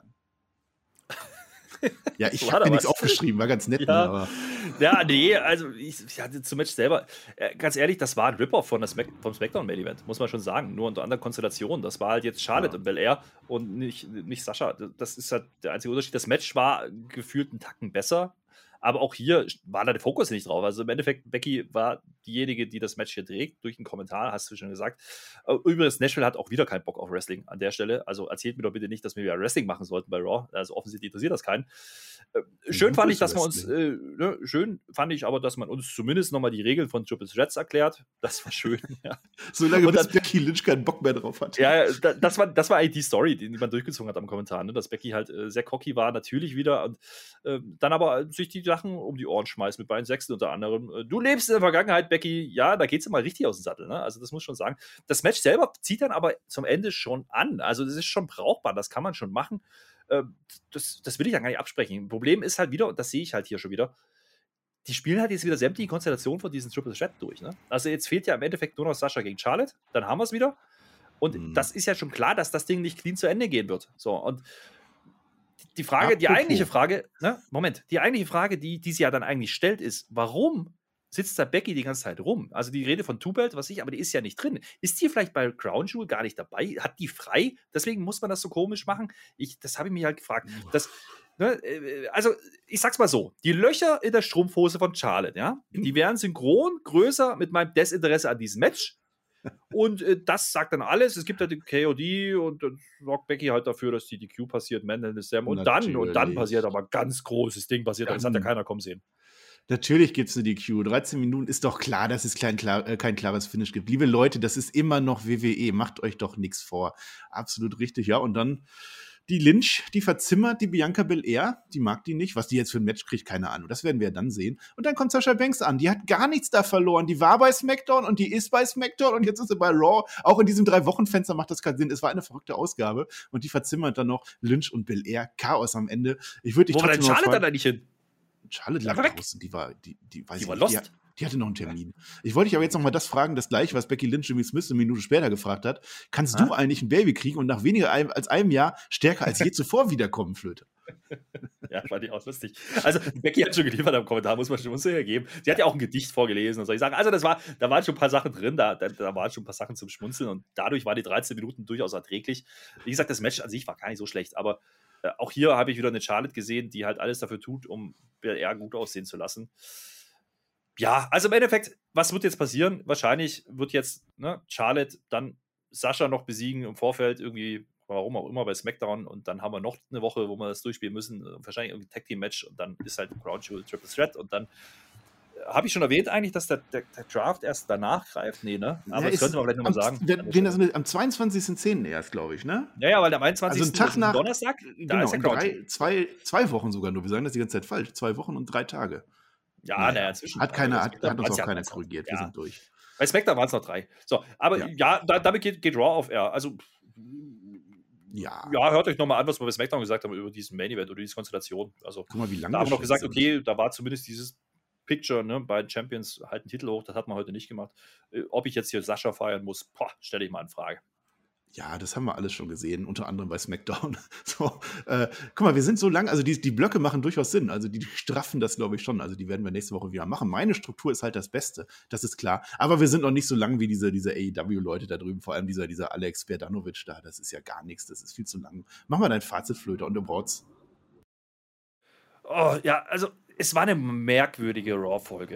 Ja, ich habe mir nichts aufgeschrieben, war ganz nett. Ja, ne, aber ja nee, also ich, ich hatte zum Match selber, äh, ganz ehrlich, das war ein Rip-Off von der Smack, vom SmackDown-Main-Event, muss man schon sagen, nur unter anderen Konstellationen. Das war halt jetzt Charlotte Ja. und Belair und nicht, nicht Sascha. Das ist halt der einzige Unterschied. Das Match war gefühlt einen Tacken besser, aber auch hier war da der Fokus nicht drauf. Also im Endeffekt, Becky war diejenige, die das Match hier trägt, durch einen Kommentar, hast du schon gesagt. Äh, Übrigens, Nashville hat auch wieder keinen Bock auf Wrestling an der Stelle. Also erzählt mir doch bitte nicht, dass wir wieder Wrestling machen sollten bei Raw. Also offensichtlich interessiert das keinen. Äh, Schön fand ich, dass man uns, äh, ne, schön fand ich aber, dass man uns zumindest nochmal die Regeln von Triple Threats erklärt. Das war schön. Ja. Solange Und bis dann- Becky Lynch keinen Bock mehr drauf hat. Ja, ja, da- das war, das war eigentlich die Story, die, die man durchgezogen hat am Kommentar, ne? Dass Becky halt äh, sehr cocky war, natürlich wieder, und äh, dann aber sich die Sachen um die Ohren schmeißt, mit beiden Sechsten unter anderem. Äh, du lebst in der Vergangenheit, Becky, ja, da geht sie mal richtig aus dem Sattel, ne? Also das muss ich schon sagen. Das Match selber zieht dann aber zum Ende schon an, also das ist schon brauchbar, das kann man schon machen. Äh, das, das will ich ja gar nicht absprechen. Problem ist halt wieder, und das sehe ich halt hier schon wieder, die spielen halt jetzt wieder sämtliche Konstellationen von diesem Triple Threat durch. Ne? Also jetzt fehlt ja im Endeffekt nur noch Sascha gegen Charlotte, dann haben wir es wieder. Und Mhm. das ist ja schon klar, dass das Ding nicht clean zu Ende gehen wird. So, und die Frage, die Apropos. eigentliche Frage, ne, Moment, die eigentliche Frage, die, die sie ja dann eigentlich stellt, ist, warum sitzt da Becky die ganze Zeit rum? Also die Rede von Two-Belt, was ich, aber die ist ja nicht drin. Ist die vielleicht bei Crown Jewel gar nicht dabei? Hat die frei? Deswegen muss man das so komisch machen? Ich, das habe ich mich halt gefragt. Das, ne, äh, also, ich sag's mal so: Die Löcher in der Strumpfhose von Charlotte, ja, die wären synchron größer mit meinem Desinteresse an diesem Match. Und äh, das sagt dann alles. Es gibt halt die K O D und dann sorgt Becky halt dafür, dass die D Q passiert, Man in the Sam. Und dann, und dann Natürlich. passiert aber ein ganz großes Ding passiert. Das hat ja Dann- keiner kommen sehen. Natürlich gibt es eine D Q. dreizehn Minuten ist doch klar, dass es klein, klar, äh, kein klares Finish gibt. Liebe Leute, das ist immer noch W W E. Macht euch doch nichts vor. Absolut richtig, ja. Und dann die Lynch, die verzimmert die Bianca Belair. Die mag die nicht. Was die jetzt für ein Match kriegt, keine Ahnung. Das werden wir dann sehen. Und dann kommt Sasha Banks an. Die hat gar nichts da verloren. Die war bei SmackDown und die ist bei SmackDown und jetzt ist sie bei Raw. Auch in diesem Drei-Wochen-Fenster macht das keinen Sinn. Es war eine verrückte Ausgabe. Und die verzimmert dann noch Lynch und Belair. Chaos am Ende. Ich würde dich Wo war denn trotzdem noch Charlotte fragen- dann da nicht hin? Charlotte lag Einfach weg. draußen, die war, die, die, weiß Die ich war nicht, lost. Die, hat- die hatte noch einen Termin. Ich wollte dich aber jetzt noch mal das fragen, das gleiche, was Becky Lynch Jimmy Smith eine Minute später gefragt hat. Kannst Ah? du eigentlich ein Baby kriegen und nach weniger ein- als einem Jahr stärker als je zuvor wiederkommen, Flöte? Ja, fand ich auch lustig. Also, Becky hat schon geliefert am Kommentar, muss man schon uns hergeben. Sie hat ja auch ein Gedicht vorgelesen und solche Sachen. Also, das war, da waren schon ein paar Sachen drin, da, da, da waren schon ein paar Sachen zum Schmunzeln und dadurch waren die dreizehn Minuten durchaus erträglich. Wie gesagt, das Match an sich war gar nicht so schlecht, aber äh, auch hier habe ich wieder eine Charlotte gesehen, die halt alles dafür tut, um eher gut aussehen zu lassen. Ja, also im Endeffekt, was wird jetzt passieren? Wahrscheinlich wird jetzt ne, Charlotte dann Sascha noch besiegen im Vorfeld irgendwie, warum auch immer, bei SmackDown, und dann haben wir noch eine Woche, wo wir das durchspielen müssen, wahrscheinlich irgendwie Tag Team Match und dann ist halt Crown Jewel Triple Threat und dann äh, habe ich schon erwähnt eigentlich, dass der, der, der Draft erst danach greift? Nee, ne? Aber Ja, das ist könnte man vielleicht nochmal am, sagen. Der, den das am zweiundzwanzigsten zehnten erst, glaube ich, ne? Ja, ja, weil der einundzwanzigsten Also einen Tag ist ein nach- Donnerstag, da Genau, ist der in Crown drei, Jewel. zwei, zwei Wochen sogar nur. Wir sagen das die ganze Zeit falsch. Zwei Wochen und drei Tage. Ja, Naja, naja, inzwischen. Hat, keiner, Also, hat, das- hat uns das- auch keiner das- korrigiert. Wir Ja. sind durch. Bei SmackDown waren es noch drei. So, aber Ja. ja, da, damit geht, geht Raw auf Air. Also, Ja. ja, hört euch nochmal an, was wir bei SmackDown gesagt haben über diesen Main Event oder diese Konstellation. Also, Guck mal, wie lange da haben wir wir noch gesagt, schon okay, da war zumindest dieses Picture, ne, beiden Champions halten Titel hoch, das hat man heute nicht gemacht. Äh, Ob ich jetzt hier Sascha feiern muss, boah, stelle ich mal in Frage. Ja, das haben wir alles schon gesehen, unter anderem bei SmackDown. So, äh, guck mal, wir sind so lang, also die, die Blöcke machen durchaus Sinn. Also die, die straffen das, glaube ich, schon. Also die werden wir nächste Woche wieder machen. Meine Struktur ist halt das Beste, das ist klar. Aber wir sind noch nicht so lang wie diese, diese A E W-Leute da drüben, vor allem dieser, dieser Alex Verdanovic da. Das ist ja gar nichts, das ist viel zu lang. Mach mal dein Fazit, Flöte, und Awards. Oh, ja, also es war eine merkwürdige Raw-Folge.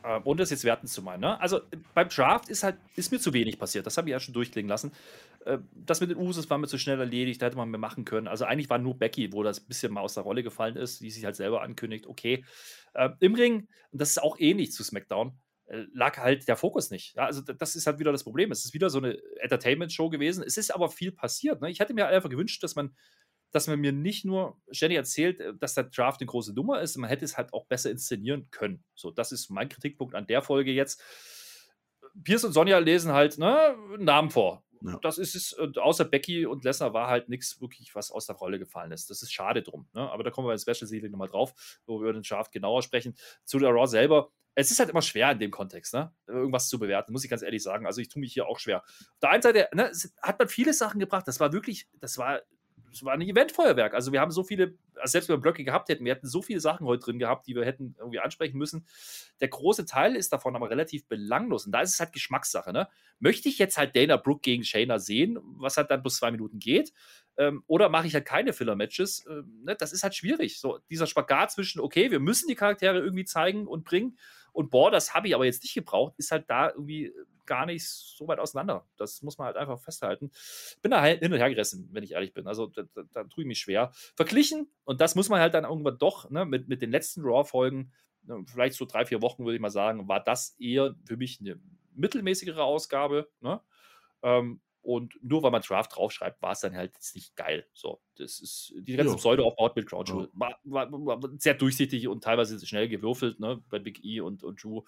Ähm, ohne das jetzt werten zu meinen. Ne? Also beim Draft ist halt, ist mir zu wenig passiert. Das habe ich ja schon durchklingen lassen. Äh, das mit den Usos war mir zu schnell erledigt, da hätte man mehr machen können. Also eigentlich war nur Becky, wo das ein bisschen mal aus der Rolle gefallen ist, die sich halt selber ankündigt, okay. Äh, Im Ring, und das ist auch ähnlich zu SmackDown, äh, lag halt der Fokus nicht. Ja, also das ist halt wieder das Problem. Es ist wieder so eine Entertainment-Show gewesen. Es ist aber viel passiert. Ne? Ich hätte mir einfach gewünscht, dass man dass man mir nicht nur ständig erzählt, dass der Draft eine große Nummer ist, man hätte es halt auch besser inszenieren können. So, das ist mein Kritikpunkt an der Folge jetzt. Pierce und Sonja lesen halt ne, Namen vor. Ja. Das ist es, und außer Becky und Lesnar war halt nichts wirklich, was aus der Rolle gefallen ist. Das ist schade drum. Ne? Aber da kommen wir in Special Season nochmal drauf, wo wir über den Draft genauer sprechen. Zu der Raw selber. Es ist halt immer schwer in dem Kontext, ne? Irgendwas zu bewerten, muss ich ganz ehrlich sagen. Also ich tue mich hier auch schwer. Auf der einen Seite ne, hat man viele Sachen gebracht. Das war wirklich, das war Es war ein Eventfeuerwerk. Also wir haben so viele, also selbst wenn wir Blöcke gehabt hätten, wir hätten so viele Sachen heute drin gehabt, die wir hätten irgendwie ansprechen müssen. Der große Teil ist davon aber relativ belanglos. Und da ist es halt Geschmackssache. Ne? Möchte ich jetzt halt Dana Brooke gegen Shayna sehen, was halt dann bloß zwei Minuten geht? Ähm, oder mache ich halt keine Filler-Matches? Ähm, ne? Das ist halt schwierig. So, dieser Spagat zwischen, okay, wir müssen die Charaktere irgendwie zeigen und bringen und boah, das habe ich aber jetzt nicht gebraucht, ist halt da irgendwie gar nicht so weit auseinander. Das muss man halt einfach festhalten. Bin da halt hin und her gerissen, wenn ich ehrlich bin. Also da, da, da tue ich mich schwer. Verglichen, und das muss man halt dann irgendwann doch ne, mit, mit den letzten Raw-Folgen, ne, vielleicht so drei, vier Wochen, würde ich mal sagen, war das eher für mich eine mittelmäßigere Ausgabe. Ne? Ähm, und nur weil man Draft draufschreibt, war es dann halt jetzt nicht geil. So, das ist die ganze Pseudo-Aufbaut mit Crowd war, war, war sehr durchsichtig und teilweise schnell gewürfelt, ne, bei Big E und, und Drew.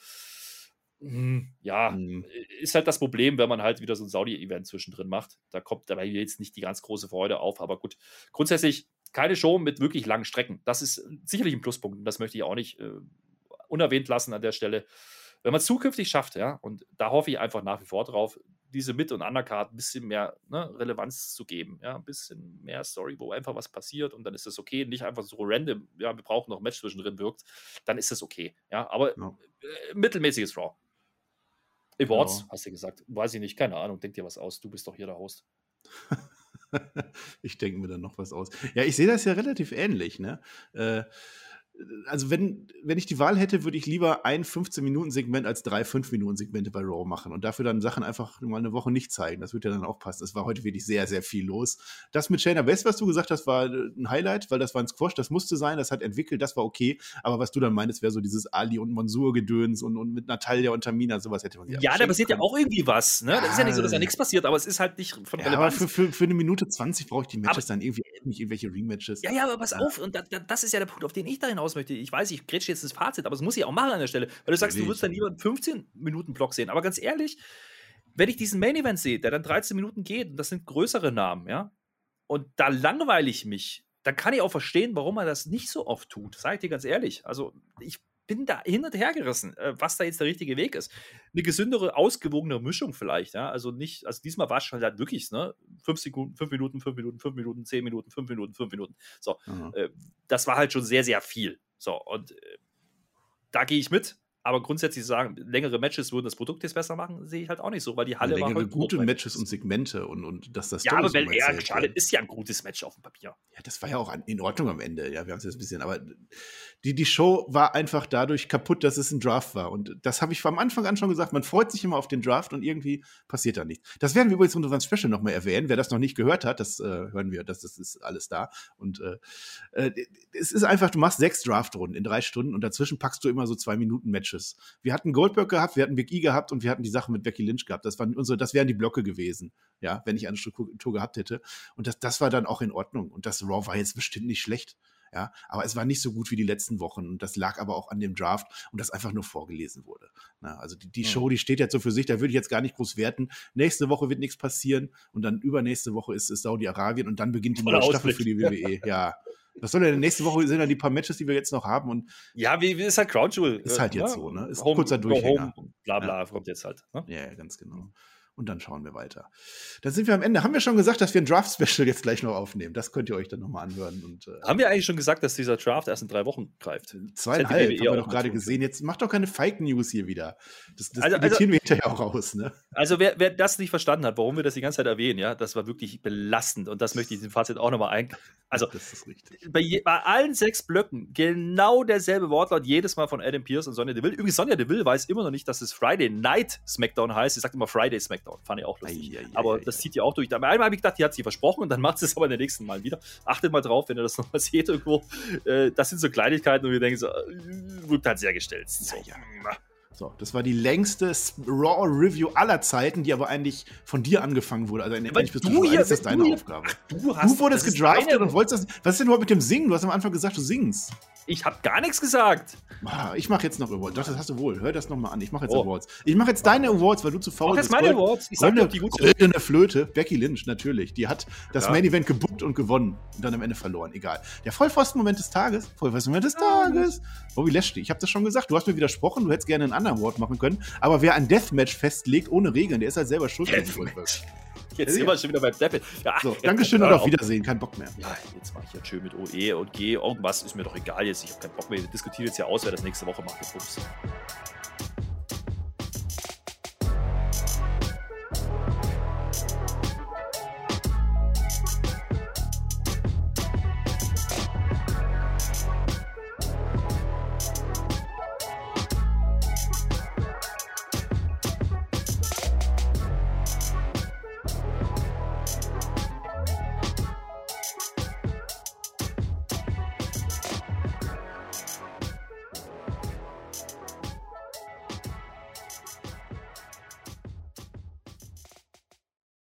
Ja, mhm. ist halt das Problem, wenn man halt wieder so ein Saudi-Event zwischendrin macht. Da kommt dabei jetzt nicht die ganz große Freude auf, aber gut. Grundsätzlich keine Show mit wirklich langen Strecken. Das ist sicherlich ein Pluspunkt und das möchte ich auch nicht äh, unerwähnt lassen an der Stelle. Wenn man es zukünftig schafft, ja, und da hoffe ich einfach nach wie vor drauf, diese Mid- und Undercard ein bisschen mehr ne, Relevanz zu geben, ja, ein bisschen mehr Story, wo einfach was passiert und dann ist das okay, nicht einfach so random, ja, wir brauchen noch ein Match zwischendrin wirkt, dann ist das okay, ja, aber ja. Äh, mittelmäßiges Raw. Awards, ja. Hast du gesagt, weiß ich nicht, keine Ahnung, denk dir was aus, du bist doch hier der Host. Ich denke mir dann noch was aus. Ja, ich sehe das ja relativ ähnlich, ne, äh, also wenn, wenn ich die Wahl hätte, würde ich lieber ein fünfzehn-Minuten-Segment als drei fünf-Minuten-Segmente bei Raw machen und dafür dann Sachen einfach mal eine Woche nicht zeigen. Das würde ja dann auch passen. Es war heute wirklich sehr, sehr viel los. Das mit Shayna Baszler, was du gesagt hast, war ein Highlight, weil das war ein Squash, das musste sein, das hat entwickelt, das war okay. Aber was du dann meinst, wäre so dieses Ali und Monsur-Gedöns und, und mit Natalia und Tamina, sowas hätte man sich ja, da passiert können. Ja auch irgendwie was. Ne? Das ist ja nicht so, dass da nichts passiert, aber es ist halt nicht von ja, Relevanz. Aber für, für, für eine Minute zwanzig brauche ich die Matches aber, dann irgendwie nicht irgendwelche Ring-Matches. Ja, ja, aber pass ja. auf, und da, da, das ist ja der Punkt, auf den ich da hinaus möchte. Ich weiß, ich grätsche jetzt das Fazit, aber das muss ich auch machen an der Stelle, weil du sagst, du würdest dann lieber einen fünfzehn-Minuten-Block sehen, aber ganz ehrlich, wenn ich diesen Main-Event sehe, der dann dreizehn Minuten geht, und das sind größere Namen, ja, und da langweile ich mich, dann kann ich auch verstehen, warum man das nicht so oft tut, sage ich dir ganz ehrlich, also ich bin da hin und her gerissen, was da jetzt der richtige Weg ist. Eine gesündere, ausgewogenere Mischung vielleicht, ja, also nicht, also diesmal war es schon halt wirklich, ne, fünf Sekunden, fünf Minuten, fünf Minuten, fünf Minuten, zehn Minuten, fünf Minuten, fünf Minuten, so, äh, das war halt schon sehr, sehr viel. So, und äh, da gehe ich mit. Aber grundsätzlich sagen, längere Matches würden das Produkt jetzt besser machen, sehe ich halt auch nicht so, weil die Halle längere, war halt gute Matches und Segmente und, und dass das ja, aber weil er Charlotte ist ja ein gutes Match auf dem Papier. Ja, das war ja auch in Ordnung am Ende. Ja, wir haben es jetzt ein bisschen, aber die, die Show war einfach dadurch kaputt, dass es ein Draft war. Und das habe ich von Anfang an schon gesagt. Man freut sich immer auf den Draft und irgendwie passiert da nichts. Das werden wir übrigens in unserem Special nochmal erwähnen. Wer das noch nicht gehört hat, das äh, hören wir, das, das ist alles da. Und äh, äh, es ist einfach, du machst sechs Draft-Runden in drei Stunden und dazwischen packst du immer so zwei Minuten Matches. Wir hatten Goldberg gehabt, wir hatten Big E gehabt und wir hatten die Sache mit Becky Lynch gehabt. Das waren unsere, das wären die Blöcke gewesen, ja, wenn ich eine Struktur gehabt hätte. Und das, das war dann auch in Ordnung. Und das Raw war jetzt bestimmt nicht schlecht, ja, aber es war nicht so gut wie die letzten Wochen. Und das lag aber auch an dem Draft und das einfach nur vorgelesen wurde. Na, also die, die ja. Show, die steht jetzt so für sich, da würde ich jetzt gar nicht groß werten. Nächste Woche wird nichts passieren und dann übernächste Woche ist es Saudi-Arabien und dann beginnt die neue Staffel für die W W E. Ja. Was soll denn nächste Woche sind dann die paar Matches, die wir jetzt noch haben und ja, wie, wie ist halt Crown Jewel. Ist halt jetzt ja, so, ne? Ist ein kurzer Durchhänger. Home, bla bla, ja. Kommt jetzt halt. Ne? Ja, ganz genau. Und dann schauen wir weiter. Dann sind wir am Ende. Haben wir schon gesagt, dass wir ein Draft-Special jetzt gleich noch aufnehmen? Das könnt ihr euch dann nochmal anhören. Und, äh, haben wir eigentlich schon gesagt, dass dieser Draft erst in drei Wochen greift? Zweieinhalb, haben wir doch gerade gesehen. Jetzt macht doch keine Fake-News hier wieder. Das, das also, editieren also, wir hinterher auch raus. Ne? Also wer, wer das nicht verstanden hat, warum wir das die ganze Zeit erwähnen, ja, das war wirklich belastend. Und das möchte ich im Fazit auch nochmal ein... Also das ist richtig. Bei, je, bei allen sechs Blöcken genau derselbe Wortlaut, jedes Mal von Adam Pearce und Sonja Deville. Übrigens, Sonja Deville weiß immer noch nicht, dass es Friday Night SmackDown heißt. Sie sagt immer Friday SmackDown. Fand ich auch lustig. Ei, ei, aber ei, das ei, zieht ihr auch durch. Einmal habe ich gedacht, die hat sie versprochen und dann macht sie es aber in der nächsten Mal wieder. Achtet mal drauf, wenn ihr das nochmal seht irgendwo. Äh, das sind so Kleinigkeiten und wir denken so, äh, wirkt halt sehr gestellt. So. Ja, ja. So, das war die längste Raw-Review aller Zeiten, die aber eigentlich von dir angefangen wurde. Also eigentlich bist du, du hier, ist das deine Aufgabe. Du, hast, du wurdest gedraftet und wolltest das. Was ist denn überhaupt mit dem Singen? Du hast am Anfang gesagt, du singst. Ich habe gar nichts gesagt. Ich mache jetzt noch Awards. Das hast du wohl. Hör das nochmal an. Ich mache jetzt oh. Awards. Ich mache jetzt deine Awards, weil du zu faul bist. Mach jetzt meine Awards. Ich sag dir, die gute goldene Flöte. Becky Lynch, natürlich. Die hat das ja. Main Event gebuckt und gewonnen. Und dann am Ende verloren. Egal. Der Vollpfosten-Moment des Tages. Vollpfosten-Moment des Tages. Bobby Lashley. Ich habe das schon gesagt. Du hast mir widersprochen. Du hättest gerne einen anderen Award machen können. Aber wer ein Deathmatch festlegt ohne Regeln, der ist halt selber schuld. Jetzt sind wir schon wieder beim Deppel. Ja, so, Dankeschön und auf Wiedersehen. Kein Bock mehr. Ja, jetzt mache ich jetzt schön mit O E und G. Irgendwas ist mir doch egal jetzt. Ich habe keinen Bock mehr. Wir diskutieren jetzt hier aus, wer das nächste Woche macht.